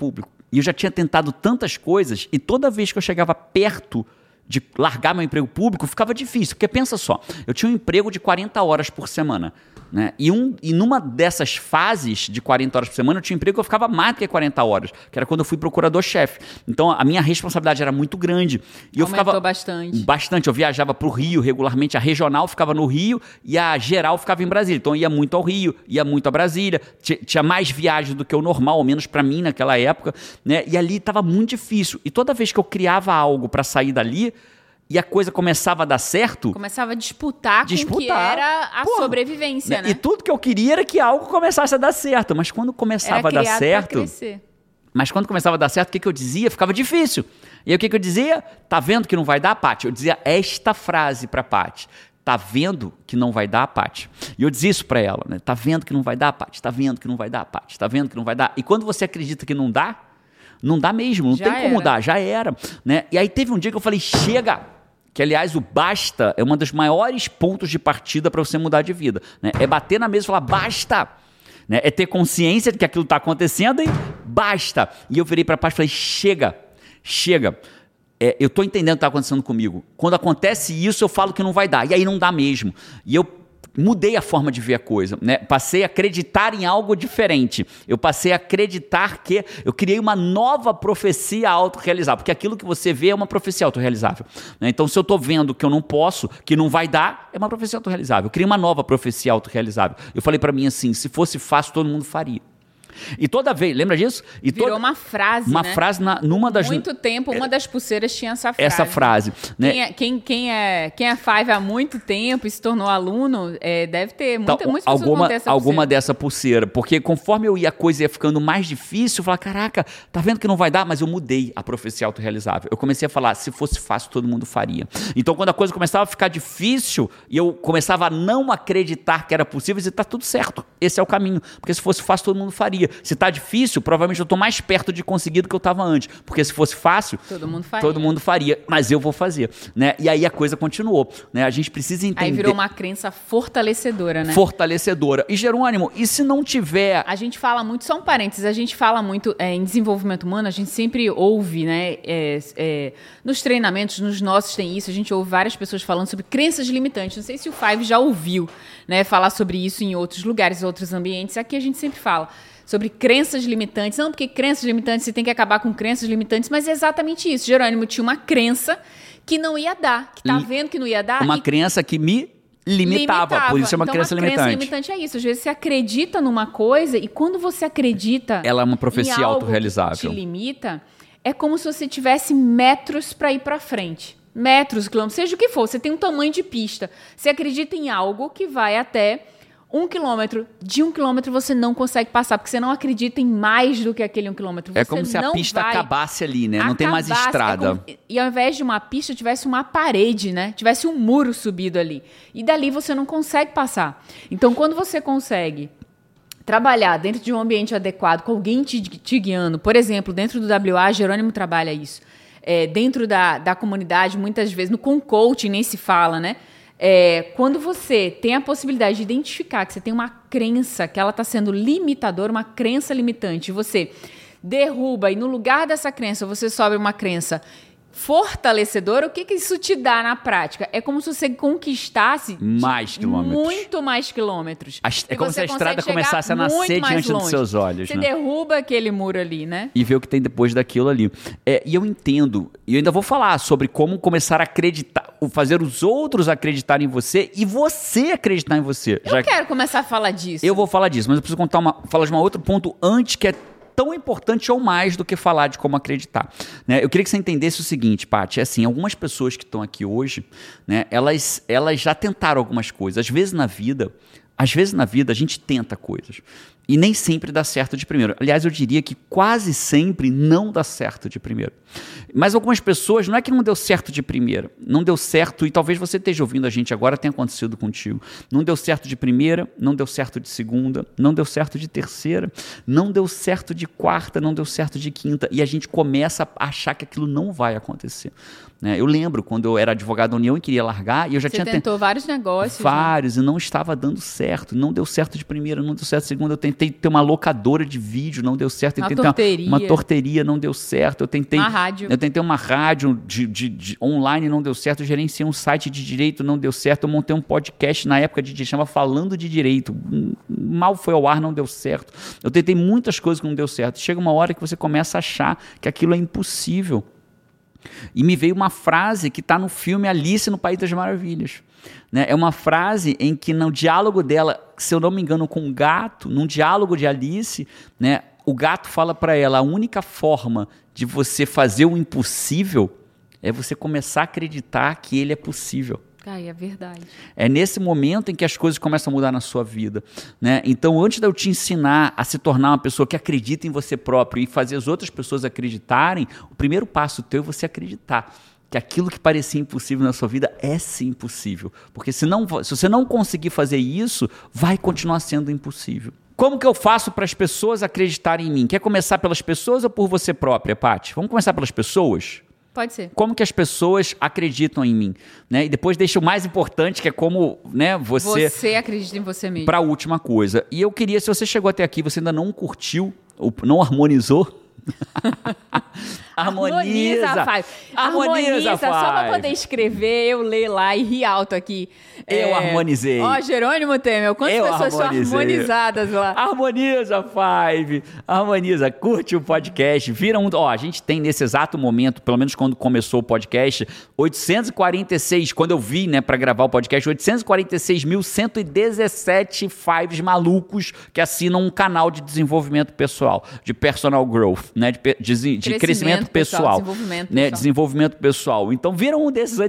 E eu já tinha tentado tantas coisas, e toda vez que eu chegava perto de largar meu emprego público, ficava difícil. Porque pensa só, eu tinha um emprego de 40 horas por semana. Né? E numa dessas fases de 40 horas por semana, eu tinha um emprego que eu ficava mais do que 40 horas, que era quando eu fui procurador-chefe. Então, a minha responsabilidade era muito grande. E aumentou bastante. Bastante. Eu viajava para o Rio regularmente, a regional ficava no Rio e a geral ficava em Brasília. Então, eu ia muito ao Rio, ia muito a Brasília, tinha mais viagens do que o normal, ao menos para mim naquela época. Né? E ali estava muito difícil. E toda vez que eu criava algo para sair dali, e a coisa começava a dar certo... Começava a disputar com o que era a sobrevivência, né? E tudo que eu queria era que algo começasse a dar certo. Mas quando começava a dar certo... Mas quando começava a dar certo, o que eu dizia? Ficava difícil. E aí o que eu dizia? Tá vendo que não vai dar, Paty? Eu dizia esta frase pra Paty. Tá vendo que não vai dar, Paty? E eu dizia isso pra ela, né? Tá vendo que não vai dar, Paty? Tá vendo que não vai dar, Paty? Tá vendo que não vai dar? E quando você acredita que não dá mesmo. Não tem como dar, já era. Né? E aí teve um dia que eu falei, chega... Que, aliás, o basta é um dos maiores pontos de partida para você mudar de vida. Né? É bater na mesa e falar, basta! Né? É ter consciência de que aquilo está acontecendo e basta! E eu virei para a Paty e falei, chega! Eu estou entendendo o que está acontecendo comigo. Quando acontece isso, eu falo que não vai dar. E aí não dá mesmo. E eu mudei a forma de ver a coisa, né? Passei a acreditar em algo diferente. Eu passei a acreditar que eu criei uma nova profecia autorrealizável, porque aquilo que você vê é uma profecia autorrealizável. Né? Então, se eu estou vendo que eu não posso, que não vai dar, é uma profecia autorrealizável. Eu criei uma nova profecia autorrealizável. Eu falei para mim assim, se fosse fácil, todo mundo faria. E toda vez, lembra disso? Virou uma frase, uma frase numa das... Muito tempo, uma das pulseiras tinha essa frase. Essa frase. Né? Quem é Five há muito tempo e se tornou aluno, deve ter muitas pessoas vão ter essa alguma dessa pulseira. Porque conforme a coisa ia ficando mais difícil, eu falava, caraca, tá vendo que não vai dar? Mas eu mudei a profecia autorrealizável. Eu comecei a falar, se fosse fácil, todo mundo faria. Então, quando a coisa começava a ficar difícil e eu começava a não acreditar que era possível, eu dizia, tá tudo certo. Esse é o caminho. Porque se fosse fácil, todo mundo faria. Se está difícil, provavelmente eu estou mais perto de conseguir do que eu estava antes. Porque se fosse fácil, todo mundo faria. Mas eu vou fazer. Né? E aí a coisa continuou. Né? A gente precisa entender... Aí virou uma crença fortalecedora, né? Fortalecedora. E, Jerônimo, e se não tiver... A gente fala muito, só um parênteses, a gente fala muito em desenvolvimento humano, a gente sempre ouve, né? Nos treinamentos, nos nossos tem isso, a gente ouve várias pessoas falando sobre crenças limitantes. Não sei se o Five já ouviu, né, falar sobre isso em outros lugares, outros ambientes. Aqui a gente sempre fala sobre crenças limitantes. Não, porque crenças limitantes, você tem que acabar com crenças limitantes, mas é exatamente isso. Jerônimo tinha uma crença que não ia dar, que tá vendo que não ia dar. Uma crença que me limitava, por isso é uma crença limitante. Crença limitante é isso. Às vezes você acredita numa coisa e quando você acredita... Ela é uma profecia autorrealizável. Que te limita, é como se você tivesse metros para ir para frente. Metros, quilômetros, seja o que for. Você tem um tamanho de pista. Você acredita em algo que vai até... 1 quilômetro, de 1 quilômetro você não consegue passar, porque você não acredita em mais do que aquele 1 quilômetro. É como se a pista acabasse ali, né? Não tem mais estrada. E ao invés de uma pista, tivesse uma parede, né? Tivesse um muro subido ali. E dali você não consegue passar. Então, quando você consegue trabalhar dentro de um ambiente adequado, com alguém te guiando, por exemplo, dentro do WA, Jerônimo trabalha isso. Dentro da comunidade, muitas vezes, com coaching nem se fala, né? Quando você tem a possibilidade de identificar que você tem uma crença, que ela está sendo limitadora, uma crença limitante, você derruba e no lugar dessa crença você sobe uma crença fortalecedora, o que isso te dá na prática? É como se você conquistasse mais quilômetros. Muito mais quilômetros. É como se a estrada começasse a nascer diante dos seus olhos. Você derruba aquele muro ali, né? E vê o que tem depois daquilo ali. E eu entendo, e eu ainda vou falar sobre como começar a acreditar, fazer os outros acreditarem em você e você acreditar em você. Eu quero começar a falar disso. Eu vou falar disso, mas eu preciso falar de um outro ponto antes, que é tão importante ou mais do que falar de como acreditar. Né? Eu queria que você entendesse o seguinte, Paty, assim, algumas pessoas que estão aqui hoje, né, elas já tentaram algumas coisas. Às vezes na vida a gente tenta coisas e nem sempre dá certo de primeiro. Aliás, eu diria que quase sempre não dá certo de primeiro. Mas algumas pessoas, não é que não deu certo de primeira, não deu certo, e talvez você esteja ouvindo a gente agora, tenha acontecido contigo. Não deu certo de primeira, não deu certo de segunda, não deu certo de terceira, não deu certo de quarta, não deu certo de quinta, e a gente começa a achar que aquilo não vai acontecer. Eu lembro quando eu era advogado da União e queria largar, e eu já tinha... Você tentou vários negócios. Vários, e não estava dando certo, não deu certo de primeira, não deu certo de segunda, eu tentei ter uma locadora de vídeo, não deu certo. Eu tentei ter uma torteria, não deu certo. Eu tentei uma rádio de online, não deu certo. Eu gerenciei um site de direito, não deu certo. Eu montei um podcast na época de chama Falando de Direito. Mal foi ao ar, não deu certo. Eu tentei muitas coisas que não deu certo. Chega uma hora que você começa a achar que aquilo é impossível. E me veio uma frase que está no filme Alice no País das Maravilhas. Né? É uma frase em que no diálogo dela, se eu não me engano, com o gato, num diálogo de Alice, né, o gato fala para ela, a única forma de você fazer o impossível é você começar a acreditar que ele é possível. É verdade. É nesse momento em que as coisas começam a mudar na sua vida, né? Então, antes de eu te ensinar a se tornar uma pessoa que acredita em você próprio e fazer as outras pessoas acreditarem, o primeiro passo teu é você acreditar que aquilo que parecia impossível na sua vida é sim possível. Porque se você não conseguir fazer isso, vai continuar sendo impossível. Como que eu faço para as pessoas acreditarem em mim? Quer começar pelas pessoas ou por você própria, Paty? Vamos começar pelas pessoas? Pode ser. Como que as pessoas acreditam em mim, né? E depois deixa o mais importante, que é como, né, você acredita em você mesmo. Para a última coisa. E eu queria, se você chegou até aqui, você ainda não curtiu, ou não harmonizou, harmoniza, Five. Só para poder escrever, eu ler lá e rir alto aqui. Eu harmonizei. Jerônimo Temer, quantas pessoas são harmonizadas lá? Harmoniza, Five. Harmoniza, curte o podcast. A gente tem nesse exato momento, pelo menos quando começou o podcast, 846, quando eu vi, né, para gravar o podcast, 846.117 Fives malucos que assinam um canal de desenvolvimento pessoal, de personal growth, né, de crescimento pessoal, desenvolvimento pessoal. Então, viram um desses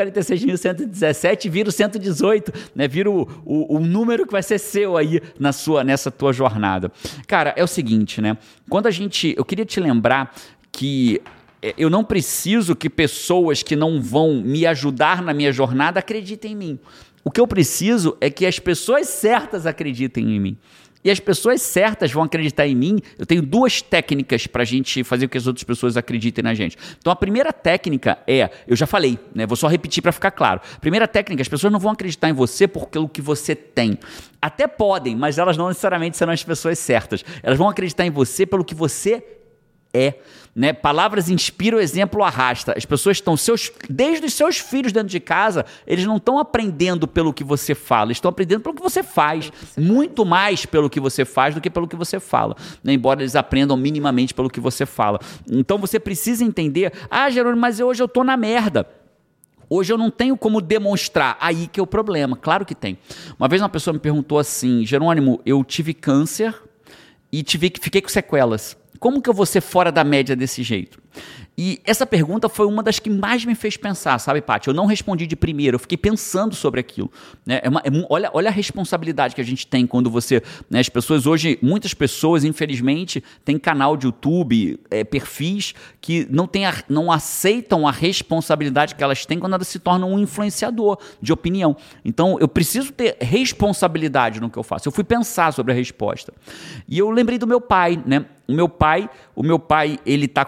846.117, vira o 118, né? Vira o número que vai ser seu aí nessa tua jornada. Cara, é o seguinte, né? Eu queria te lembrar que eu não preciso que pessoas que não vão me ajudar na minha jornada acreditem em mim. O que eu preciso é que as pessoas certas acreditem em mim. E as pessoas certas vão acreditar em mim. Eu tenho 2 técnicas para a gente fazer com que as outras pessoas acreditem na gente. Então, a primeira técnica eu já falei, né? Vou só repetir para ficar claro. Primeira técnica, as pessoas não vão acreditar em você por aquilo que você tem. Até podem, mas elas não necessariamente serão as pessoas certas. Elas vão acreditar em você pelo que você é. Né? Palavras inspiram, exemplo arrasta. As pessoas estão, desde os seus filhos dentro de casa, eles não estão aprendendo pelo que você fala, eles estão aprendendo pelo que você faz. Muito mais pelo que você faz do que pelo que você fala. Né? Embora eles aprendam minimamente pelo que você fala. Então você precisa entender, Jerônimo, mas hoje eu estou na merda. Hoje eu não tenho como demonstrar. Aí que é o problema. Claro que tem. Uma vez uma pessoa me perguntou assim, Jerônimo, eu tive câncer e fiquei com sequelas. Como que eu vou ser fora da média desse jeito? E essa pergunta foi uma das que mais me fez pensar, sabe, Paty? Eu não respondi de primeiro, eu fiquei pensando sobre aquilo. Né? Olha a responsabilidade que a gente tem quando você... Né, as pessoas hoje, muitas pessoas, infelizmente, têm canal de YouTube, perfis que não aceitam a responsabilidade que elas têm quando elas se tornam um influenciador de opinião. Então, eu preciso ter responsabilidade no que eu faço. Eu fui pensar sobre a resposta. E eu lembrei do meu pai, né? O meu pai, ele está com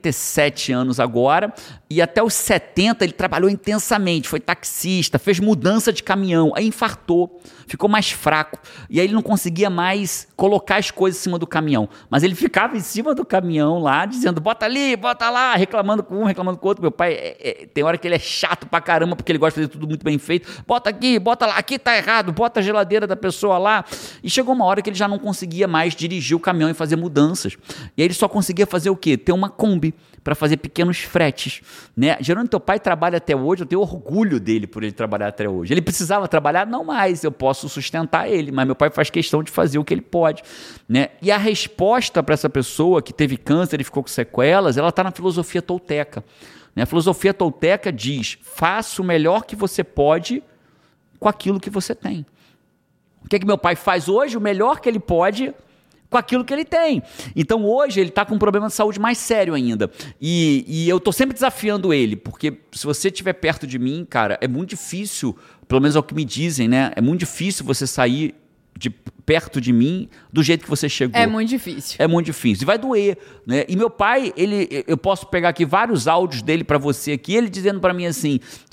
77 anos agora e até os 70 ele trabalhou intensamente, foi taxista, fez mudança de caminhão, aí infartou, ficou mais fraco e aí ele não conseguia mais colocar as coisas em cima do caminhão, mas ele ficava em cima do caminhão lá, dizendo bota ali, bota lá, reclamando com um, reclamando com o outro. Meu pai, tem hora que ele é chato pra caramba porque ele gosta de fazer tudo muito bem feito, bota aqui, bota lá, aqui tá errado, bota a geladeira da pessoa lá, e chegou uma hora que ele já não conseguia mais dirigir o caminhão e fazer mudanças. E aí ele só conseguia fazer o quê? Ter uma Kombi para fazer pequenos fretes. Né? Jerônimo, teu pai trabalha até hoje, eu tenho orgulho dele por ele trabalhar até hoje. Ele precisava trabalhar? Não mais, eu posso sustentar ele, mas meu pai faz questão de fazer o que ele pode. Né? E a resposta para essa pessoa que teve câncer e ficou com sequelas, ela está na filosofia tolteca. Né? A filosofia tolteca diz, faça o melhor que você pode com aquilo que você tem. O que é que meu pai faz hoje? O melhor que ele pode com aquilo que ele tem. Então hoje ele está com um problema de saúde mais sério ainda. E eu estou sempre desafiando ele, porque se você estiver perto de mim, cara, é muito difícil, pelo menos é o que me dizem, né? É muito difícil você sair de perto de mim do jeito que você chegou. É muito difícil. É muito difícil. E vai doer, né? E meu pai, eu posso pegar aqui vários áudios dele para você aqui, ele dizendo para mim assim,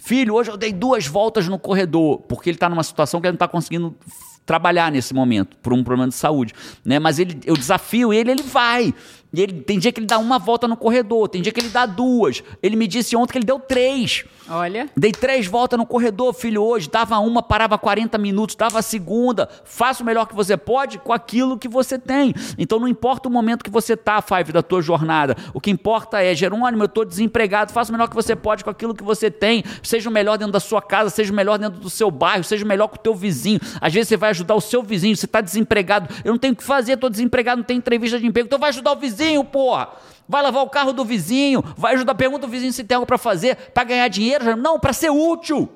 Filho, hoje eu dei 2 voltas no corredor, porque ele está numa situação que ele não está conseguindo trabalhar nesse momento, por um problema de saúde, né? Mas eu desafio ele vai. E tem dia que ele dá 1 volta no corredor, tem dia que ele dá 2. Ele me disse ontem que ele deu 3. Olha. Dei 3 voltas no corredor, filho, hoje. Dava 1, parava 40 minutos, dava a segunda. Faça o melhor que você pode com aquilo que você tem. Então não importa o momento que você tá, Five, da tua jornada. O que importa é, Jerônimo, eu tô desempregado, faça o melhor que você pode com aquilo que você tem. Seja o melhor dentro da sua casa, seja o melhor dentro do seu bairro, seja o melhor com o teu vizinho. Às vezes você vai ajudar o seu vizinho, você tá desempregado. Eu não tenho o que fazer, tô desempregado, não tenho entrevista de emprego. Então vai ajudar o vizinho, porra! Vai lavar o carro do vizinho, vai ajudar, pergunta ao vizinho se tem algo para fazer, para ganhar dinheiro, não, para ser útil.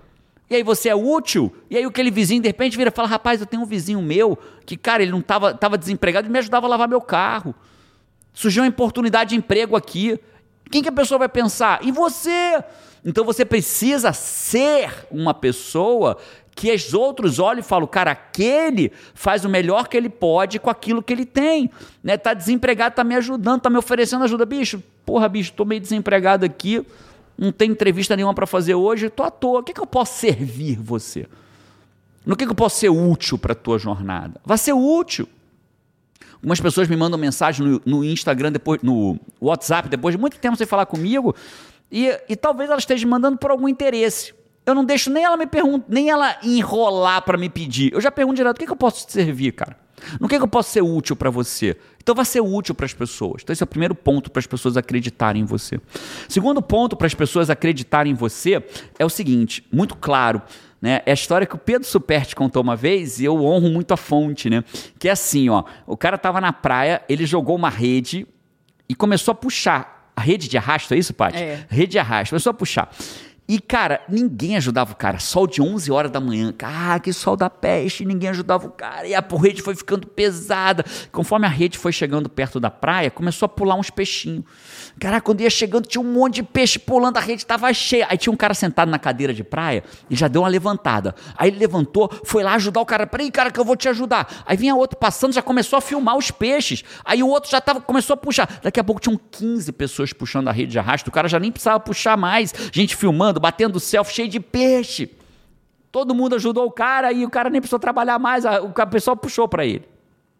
E aí você é útil, e aí aquele vizinho de repente vira e fala, rapaz, eu tenho um vizinho meu, que cara, ele não estava desempregado e me ajudava a lavar meu carro. Surgiu uma oportunidade de emprego aqui. Quem que a pessoa vai pensar? Em você! Então você precisa ser uma pessoa que os outros olham e falam, cara, aquele faz o melhor que ele pode com aquilo que ele tem, né? Tá desempregado, tá me ajudando, tá me oferecendo ajuda. Bicho, tô meio desempregado aqui, não tem entrevista nenhuma para fazer hoje, tô à toa. O que eu posso servir você? No que eu posso ser útil para a tua jornada? Vai ser útil. Algumas pessoas me mandam mensagem no Instagram, no WhatsApp, depois de muito tempo sem falar comigo, e talvez ela esteja mandando por algum interesse. Eu não deixo nem ela me perguntar, nem ela enrolar para me pedir. Eu já pergunto direto, o que eu posso te servir, cara? No que eu posso ser útil para você? Então vai ser útil para as pessoas. Então esse é o primeiro ponto para as pessoas acreditarem em você. Segundo ponto para as pessoas acreditarem em você é o seguinte, muito claro, né? É a história que o Pedro Superti contou uma vez e eu honro muito a fonte, né? Que é assim, ó, o cara estava na praia, ele jogou uma rede e começou a puxar. A rede de arrasto, é isso, Paty? É. Rede de arrasto, começou a puxar. E, cara, ninguém ajudava o cara. Sol de 11 horas da manhã. Cara, que sol da peste. Ninguém ajudava o cara. E a rede foi ficando pesada. Conforme a rede foi chegando perto da praia, começou a pular uns peixinhos. Cara, quando ia chegando, tinha um monte de peixe pulando. A rede estava cheia. Aí tinha um cara sentado na cadeira de praia e já deu uma levantada. Aí ele levantou, foi lá ajudar o cara. Peraí, cara, que eu vou te ajudar. Aí vinha outro passando, já começou a filmar os peixes. Aí o outro já começou a puxar. Daqui a pouco tinham 15 pessoas puxando a rede de arrasto. O cara já nem precisava puxar mais. Gente filmando, batendo selfie cheio de peixe. Todo mundo ajudou o cara e o cara nem precisou trabalhar mais, o pessoal puxou para ele.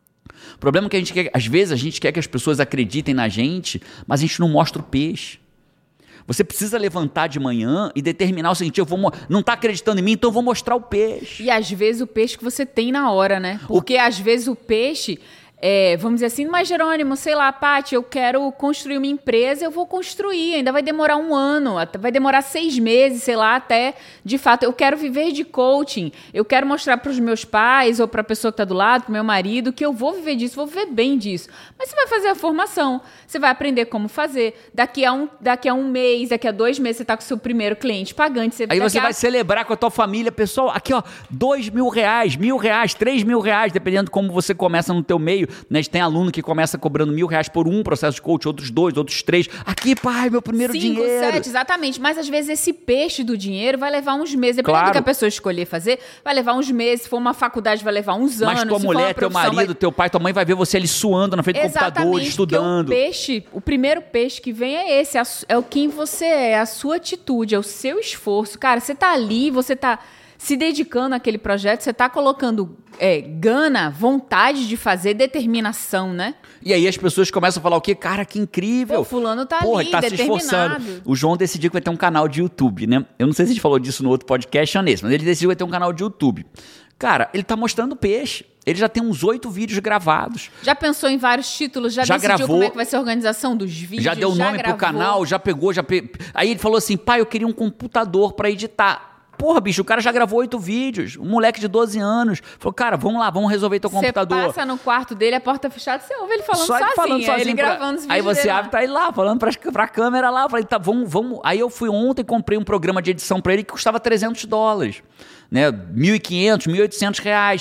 O problema é que a gente quer, às vezes a gente quer que as pessoas acreditem na gente, mas a gente não mostra o peixe. Você precisa levantar de manhã e determinar o seguinte, não está acreditando em mim, então eu vou mostrar o peixe. E às vezes o peixe que você tem na hora, né? Porque às vezes o peixe... vamos dizer assim, mas Jerônimo, sei lá, Paty, eu quero construir uma empresa, eu vou construir, ainda vai demorar 1 ano, vai demorar 6 meses, sei lá, até, de fato, eu quero viver de coaching, eu quero mostrar para os meus pais ou para a pessoa que está do lado, para o meu marido, que eu vou viver disso, vou viver bem disso. Mas você vai fazer a formação, você vai aprender como fazer, daqui a um mês, daqui a 2 meses, você está com o seu primeiro cliente pagante. Aí você vai celebrar com a tua família, pessoal, aqui ó, R$2.000, R$1.000, R$3.000, dependendo de como você começa no teu meio. Né? Tem aluno que começa cobrando R$1.000 por um processo de coach, outros 2, outros 3. Aqui, pai, meu primeiro 5, dinheiro. 7, exatamente. Mas às vezes esse peixe do dinheiro vai levar uns meses. Dependendo do que a pessoa escolher fazer, vai levar uns meses. Se for uma faculdade, vai levar uns anos. Mas tua mulher, teu marido, teu pai, tua mãe vai ver você ali suando na frente do computador, estudando. O primeiro peixe que vem é esse. É o quem você é, a sua atitude, é o seu esforço. Cara, você tá ali, você tá se dedicando àquele projeto, você está colocando gana, vontade de fazer, determinação, né? E aí as pessoas começam a falar o quê? Cara, que incrível. O fulano tá ali, tá determinado. Se esforçando. O João decidiu que vai ter um canal de YouTube, né? Eu não sei se a gente falou disso no outro podcast ou nesse, mas ele decidiu que vai ter um canal de YouTube. Cara, ele tá mostrando peixe. Ele já tem uns 8 vídeos gravados. Já pensou em vários títulos? Já decidiu gravou, como é que vai ser a organização dos vídeos? Já deu nome pro canal, já pegou, Aí ele falou assim, pai, eu queria um computador para editar. Porra, bicho, o cara já gravou 8 vídeos. Um moleque de 12 anos. Falou, cara, vamos lá, vamos resolver teu computador. Você passa no quarto dele, a porta fechada, você ouve ele falando sozinho. Ele gravando os vídeos. Aí você abre, tá ele lá, falando pra câmera lá. Eu falei, tá, vamos. Aí eu fui ontem e comprei um programa de edição pra ele que custava $300. Né? R$1.500, R$1.800.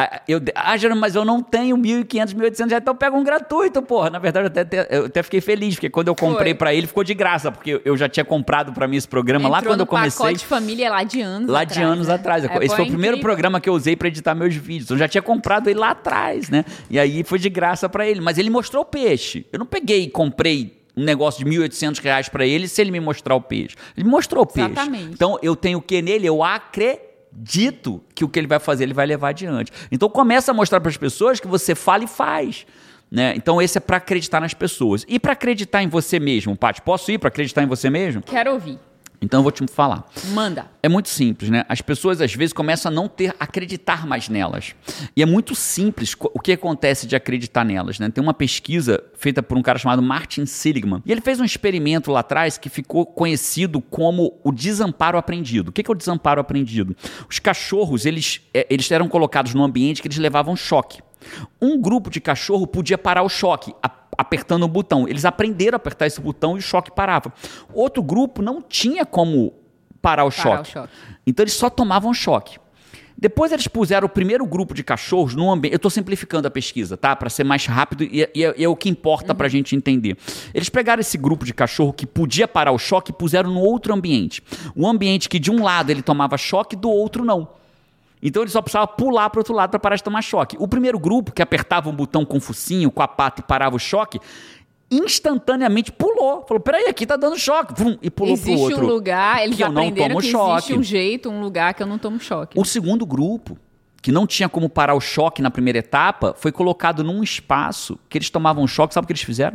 Mas eu não tenho R$1.500, R$1.800, então eu pego um gratuito, porra. Na verdade, eu até fiquei feliz, porque quando eu comprei pra ele, ficou de graça, porque eu já tinha comprado pra mim esse programa lá quando eu comecei. Pacote de família lá de anos atrás. Lá de anos atrás. Esse foi o primeiro programa que eu usei pra editar meus vídeos. Eu já tinha comprado ele lá atrás, né? E aí foi de graça pra ele. Mas ele mostrou o peixe. Eu não peguei e comprei um negócio de R$1.800 para ele se ele me mostrar o peixe? Ele mostrou o peixe. Exatamente. Então, eu tenho o que nele? Eu acredito que o que ele vai fazer, ele vai levar adiante. Então, começa a mostrar para as pessoas que você fala e faz. Né? Então, esse é para acreditar nas pessoas. E para acreditar em você mesmo, Paty? Posso ir para acreditar em você mesmo? Quero ouvir. Então eu vou te falar. Manda. É muito simples, né? As pessoas às vezes começam a não acreditar mais nelas. E é muito simples o que acontece de acreditar nelas, né? Tem uma pesquisa feita por um cara chamado Martin Seligman. E ele fez um experimento lá atrás que ficou conhecido como o desamparo aprendido. O que é o desamparo aprendido? Os cachorros, eles eram colocados num ambiente que eles levavam choque. Um grupo de cachorro podia parar o choque, apertando um botão. Eles aprenderam a apertar esse botão e o choque parava. Outro grupo não tinha como parar o choque. Então eles só tomavam choque. Depois eles puseram o primeiro grupo de cachorros num ambiente... Eu estou simplificando a pesquisa, tá? Para ser mais rápido e é o que importa para a gente entender. Eles pegaram esse grupo de cachorro que podia parar o choque e puseram no outro ambiente. Um ambiente que de um lado ele tomava choque, do outro não. Então ele só precisava pular para o outro lado para parar de tomar choque. O primeiro grupo, que apertava um botão com o focinho, com a pata e parava o choque, instantaneamente pulou. Falou, peraí, aqui tá dando choque. Vum, e pulou pro outro. Existe um lugar, eles aprenderam que choque. Existe um jeito, um lugar que eu não tomo choque. O segundo grupo, que não tinha como parar o choque na primeira etapa, foi colocado num espaço que eles tomavam choque. Sabe o que eles fizeram?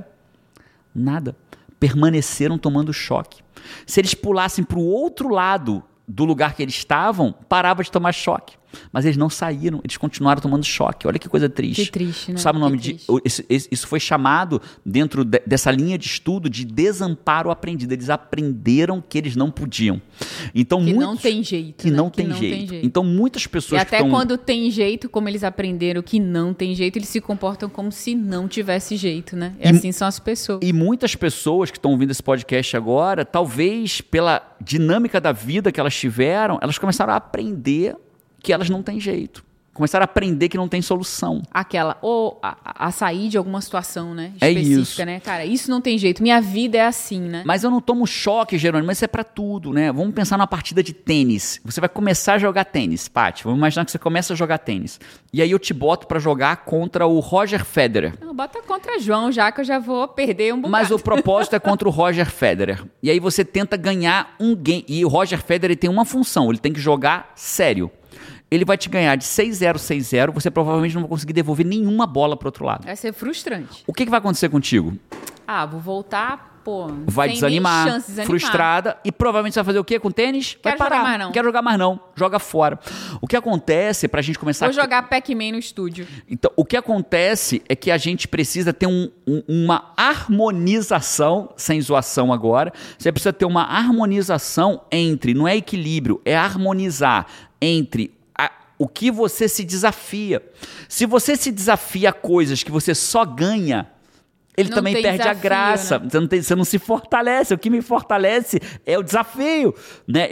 Nada. Permaneceram tomando choque. Se eles pulassem pro outro lado do lugar que eles estavam, parava de tomar choque. Mas eles não saíram, eles continuaram tomando choque. Olha que coisa triste. Que triste, né? Sabe o nome disso? Isso foi chamado, dentro dessa linha de estudo, de desamparo aprendido. Eles aprenderam que eles não podiam. Então, que não tem jeito. Que não tem jeito. Então, muitas pessoas... E até quando tem jeito, como eles aprenderam que não tem jeito, eles se comportam como se não tivesse jeito, né? Assim são as pessoas. E muitas pessoas que estão ouvindo esse podcast agora, talvez pela dinâmica da vida que elas tiveram, elas começaram a aprender que elas não têm jeito. Começaram a aprender que não tem solução. Ou a sair de alguma situação, né? Específica, isso. Né? Cara, isso não tem jeito. Minha vida é assim, né? Mas eu não tomo choque, Jerônimo, mas isso é pra tudo, né? Vamos pensar numa partida de tênis. Você vai começar a jogar tênis, Paty. Vamos imaginar que você começa a jogar tênis. E aí eu te boto pra jogar contra o Roger Federer. Não, bota contra João, já que eu já vou perder um bocado. Mas o propósito é contra o Roger Federer. E aí você tenta ganhar um game. E o Roger Federer tem uma função, ele tem que jogar sério. Ele vai te ganhar de 6-0, 6-0, você provavelmente não vai conseguir devolver nenhuma bola pro outro lado. Vai ser frustrante. O que vai acontecer contigo? Vou voltar, vai desanimar, frustrada, e provavelmente você vai fazer o quê com o tênis? Vai parar. Jogar mais não. Não quero jogar mais não, joga fora. O que acontece pra gente começar... Vou jogar Pac-Man no estúdio. Então, o que acontece é que a gente precisa ter uma harmonização, sem zoação agora, você precisa ter uma harmonização entre, não é equilíbrio, é harmonizar entre o que você se desafia. Se você se desafia a coisas que você só ganha, ele também perde desafio, a graça. Né? Você não se fortalece. O que me fortalece é o desafio. Né?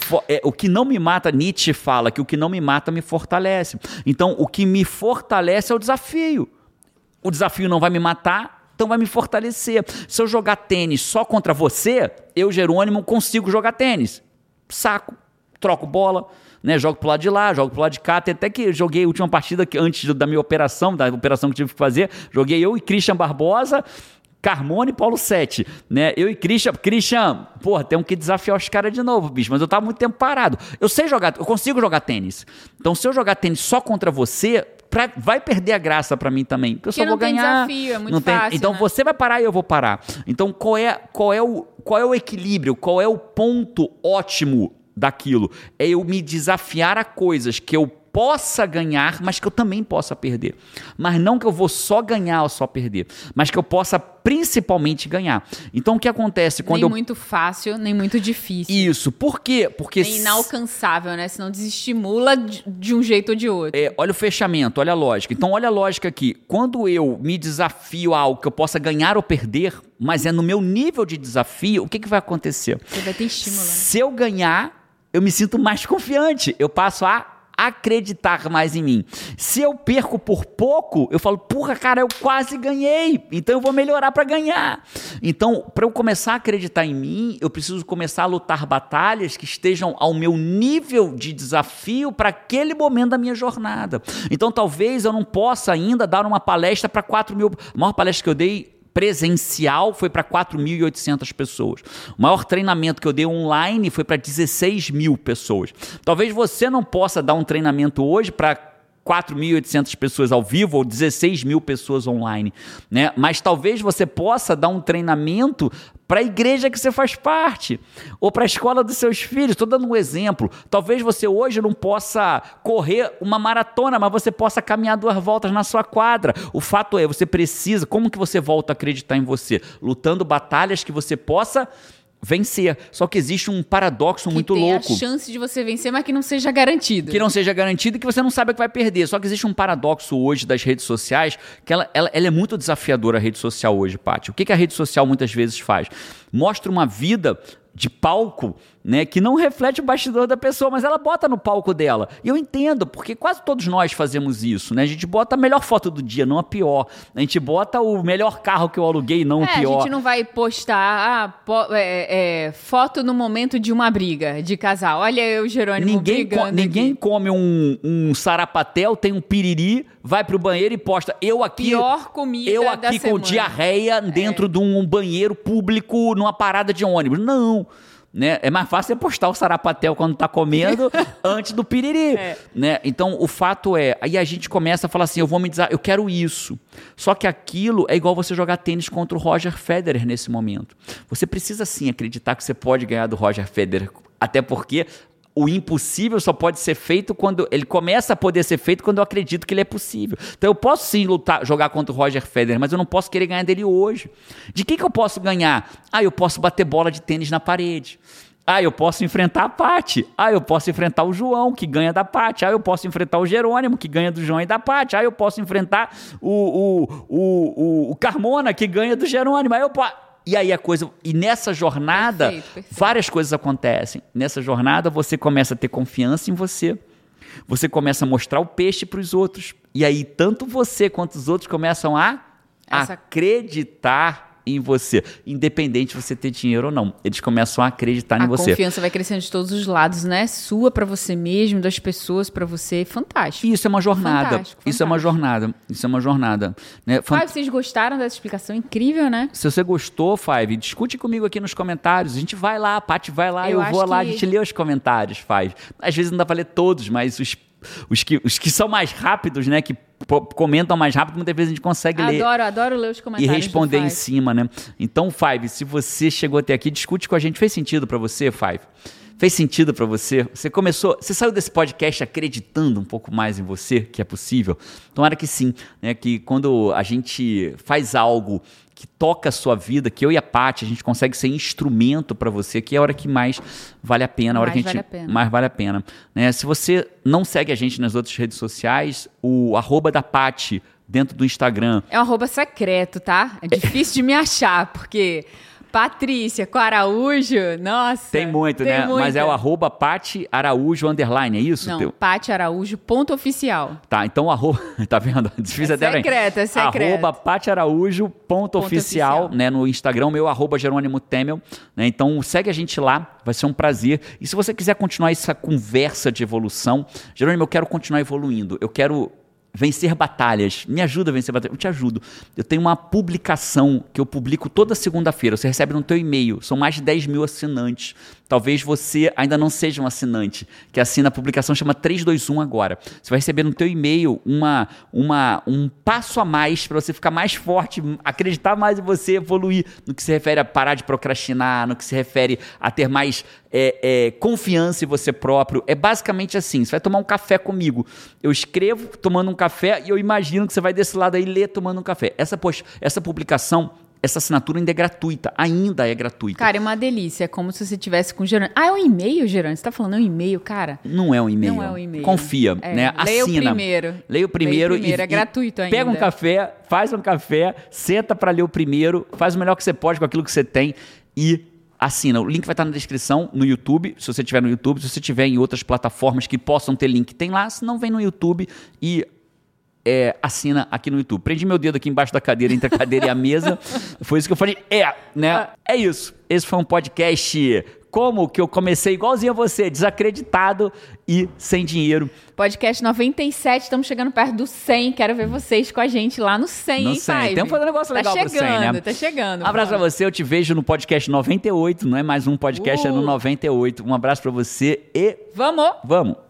O que não me mata, Nietzsche fala que o que não me mata me fortalece. Então, o que me fortalece é o desafio. O desafio não vai me matar, então vai me fortalecer. Se eu jogar tênis só contra você, eu, Jerônimo, consigo jogar tênis. Saco, troco bola, né? Jogo pro lado de lá, jogo pro lado de cá. Até que joguei a última partida antes da minha operação, da operação que tive que fazer. Joguei eu e Christian Barbosa, Carmona e Paulo Sete, né? Eu e Christian, porra, temos que desafiar os caras de novo, bicho. Mas eu tava muito tempo parado. Eu consigo jogar tênis. Então, se eu jogar tênis só contra você, vai perder a graça pra mim também. Porque eu só vou ganhar. Não tem desafio, é muito fácil. Então, né? Você vai parar e eu vou parar. Então, qual é o equilíbrio? Qual é o ponto ótimo daquilo? É eu me desafiar a coisas que eu possa ganhar, mas que eu também possa perder. Mas não que eu vou só ganhar ou só perder, mas que eu possa principalmente ganhar. Então, o que acontece quando nem muito fácil, nem muito difícil. Isso. Por quê? Porque... É inalcançável, né? Senão desestimula de um jeito ou de outro. Olha o fechamento, olha a lógica. Então, olha a lógica aqui. Quando eu me desafio a algo que eu possa ganhar ou perder, mas é no meu nível de desafio, o que vai acontecer? Você vai ter estímulo. Se eu ganhar, eu me sinto mais confiante. Eu passo a acreditar mais em mim. Se eu perco por pouco, eu falo, porra, cara, eu quase ganhei, então eu vou melhorar para ganhar. Então, para eu começar a acreditar em mim, eu preciso começar a lutar batalhas que estejam ao meu nível de desafio para aquele momento da minha jornada. Então, talvez eu não possa ainda dar uma palestra para 4 mil... A maior palestra que eu dei presencial foi para 4.800 pessoas. O maior treinamento que eu dei online foi para 16 mil pessoas. Talvez você não possa dar um treinamento hoje para 4.800 pessoas ao vivo ou 16 mil pessoas online, né? Mas talvez você possa dar um treinamento para a igreja que você faz parte, ou para a escola dos seus filhos. Estou dando um exemplo. Talvez você hoje não possa correr uma maratona, mas você possa caminhar 2 voltas na sua quadra. O fato é, você precisa, como que você volta a acreditar em você? Lutando batalhas que você possa vencer. Só que existe um paradoxo muito louco. Que tem a chance de você vencer, mas que não seja garantido. Que não seja garantido e que você não sabe que vai perder. Só que existe um paradoxo hoje das redes sociais, que ela é muito desafiadora, a rede social hoje, Paty. O que a rede social muitas vezes faz? Mostra uma vida de palco, né, que não reflete o bastidor da pessoa, mas ela bota no palco dela. E eu entendo, porque quase todos nós fazemos isso, né? A gente bota a melhor foto do dia, não a pior. A gente bota o melhor carro que eu aluguei, não o pior. A gente não vai postar foto no momento de uma briga de casal. Olha eu, o Jerônimo, brigando. Ninguém come um sarapatel, tem um piriri, vai pro banheiro e posta eu aqui... Pior comida eu aqui com diarreia dentro de um banheiro público numa parada de ônibus. Não. Né? É mais fácil você postar o sarapatel quando tá comendo antes do piriri. Né? Então, o fato é... Aí a gente começa a falar assim, eu quero isso. Só que aquilo é igual você jogar tênis contra o Roger Federer nesse momento. Você precisa, sim, acreditar que você pode ganhar do Roger Federer. Até porque o impossível só pode ser feito quando... Ele começa a poder ser feito quando eu acredito que ele é possível. Então eu posso sim jogar contra o Roger Federer, mas eu não posso querer ganhar dele hoje. De que eu posso ganhar? Eu posso bater bola de tênis na parede. Eu posso enfrentar a Paty. Eu posso enfrentar o João, que ganha da Paty. Eu posso enfrentar o Jerônimo, que ganha do João e da Paty. Eu posso enfrentar o Carmona, que ganha do Jerônimo. E aí e nessa jornada, perfeito. Várias coisas acontecem. Nessa jornada, você começa a ter confiança em você. Você começa a mostrar o peixe para os outros. E aí, tanto você quanto os outros começam a acreditar em você, independente de você ter dinheiro ou não. Eles começam a acreditar em você. A confiança vai crescendo de todos os lados, né? Sua para você mesmo, das pessoas para você. Fantástico. Isso é uma jornada. Fantástico. Isso é uma jornada. Né? Five, vocês gostaram dessa explicação? Incrível, né? Se você gostou, Five, discute comigo aqui nos comentários. A gente vai lá, a Paty vai lá, eu vou lá, a gente lê os comentários, Five. Às vezes não dá para ler todos, mas os que são mais rápidos, né, que comentam mais rápido, muitas vezes a gente consegue ler. Adoro ler os comentários. E responder em cima, né? Então, Five, se você chegou até aqui, discute com a gente. Fez sentido pra você, Five? Fez sentido pra você? Você saiu desse podcast acreditando um pouco mais em você, que é possível? Tomara que sim, né? Que quando a gente faz algo que toca a sua vida, que eu e a Paty, a gente consegue ser instrumento para você, que é a hora que mais vale a pena, mais vale a pena. Né? Se você não segue a gente nas outras redes sociais, o @ da Paty dentro do Instagram... É um @ secreto, tá? É difícil de me achar, porque... Patrícia com Araújo, nossa. Tem muito, né? Muita. Mas é o @ Paty Araújo _, é isso? Não, Paty Araújo .oficial. Tá, então tá vendo? Difícil até secreto, é secreto. @ Paty Araújo _oficial, né? No Instagram, meu @ Jerônimo Temel, né? Então segue a gente lá, vai ser um prazer. E se você quiser continuar essa conversa de evolução, Jerônimo, eu quero continuar evoluindo, eu quero vencer batalhas. Me ajuda a vencer batalhas. Eu te ajudo. Eu tenho uma publicação que eu publico toda segunda-feira. Você recebe no teu e-mail. São mais de 10 mil assinantes. Talvez você ainda não seja um assinante, que assina a publicação, chama 321 Agora. Você vai receber no teu e-mail um passo a mais para você ficar mais forte, acreditar mais em você, evoluir no que se refere a parar de procrastinar, no que se refere a ter mais confiança em você próprio. É basicamente assim, você vai tomar um café comigo. Eu escrevo tomando um café e eu imagino que você vai desse lado aí ler tomando um café. Essa publicação, essa assinatura ainda é gratuita. Cara, é uma delícia. É como se você tivesse com o Gerônimo. É um e-mail, Gerônimo? Você tá falando, é um e-mail, cara? Não é um e-mail. Confia, né? Assina. Leia o primeiro. É gratuito ainda. Pega um café, faz um café, senta para ler o primeiro, faz o melhor que você pode com aquilo que você tem e assina. O link vai estar na descrição no YouTube, se você estiver no YouTube, se você estiver em outras plataformas que possam ter link, tem lá. Se não, vem no YouTube e assina aqui no YouTube. Prendi meu dedo aqui embaixo da cadeira, entre a cadeira e a mesa. Foi isso que eu falei. Né? É isso. Esse foi um podcast como que eu comecei igualzinho a você, desacreditado e sem dinheiro. Podcast 97, estamos chegando perto do 100. Quero ver vocês com a gente lá no 100, no 100. Temos que fazer um negócio legal pro 100, né? Tá chegando. Um abraço pra você, eu te vejo no podcast 98, não é mais um podcast, é no 98. Um abraço pra você e... Vamos!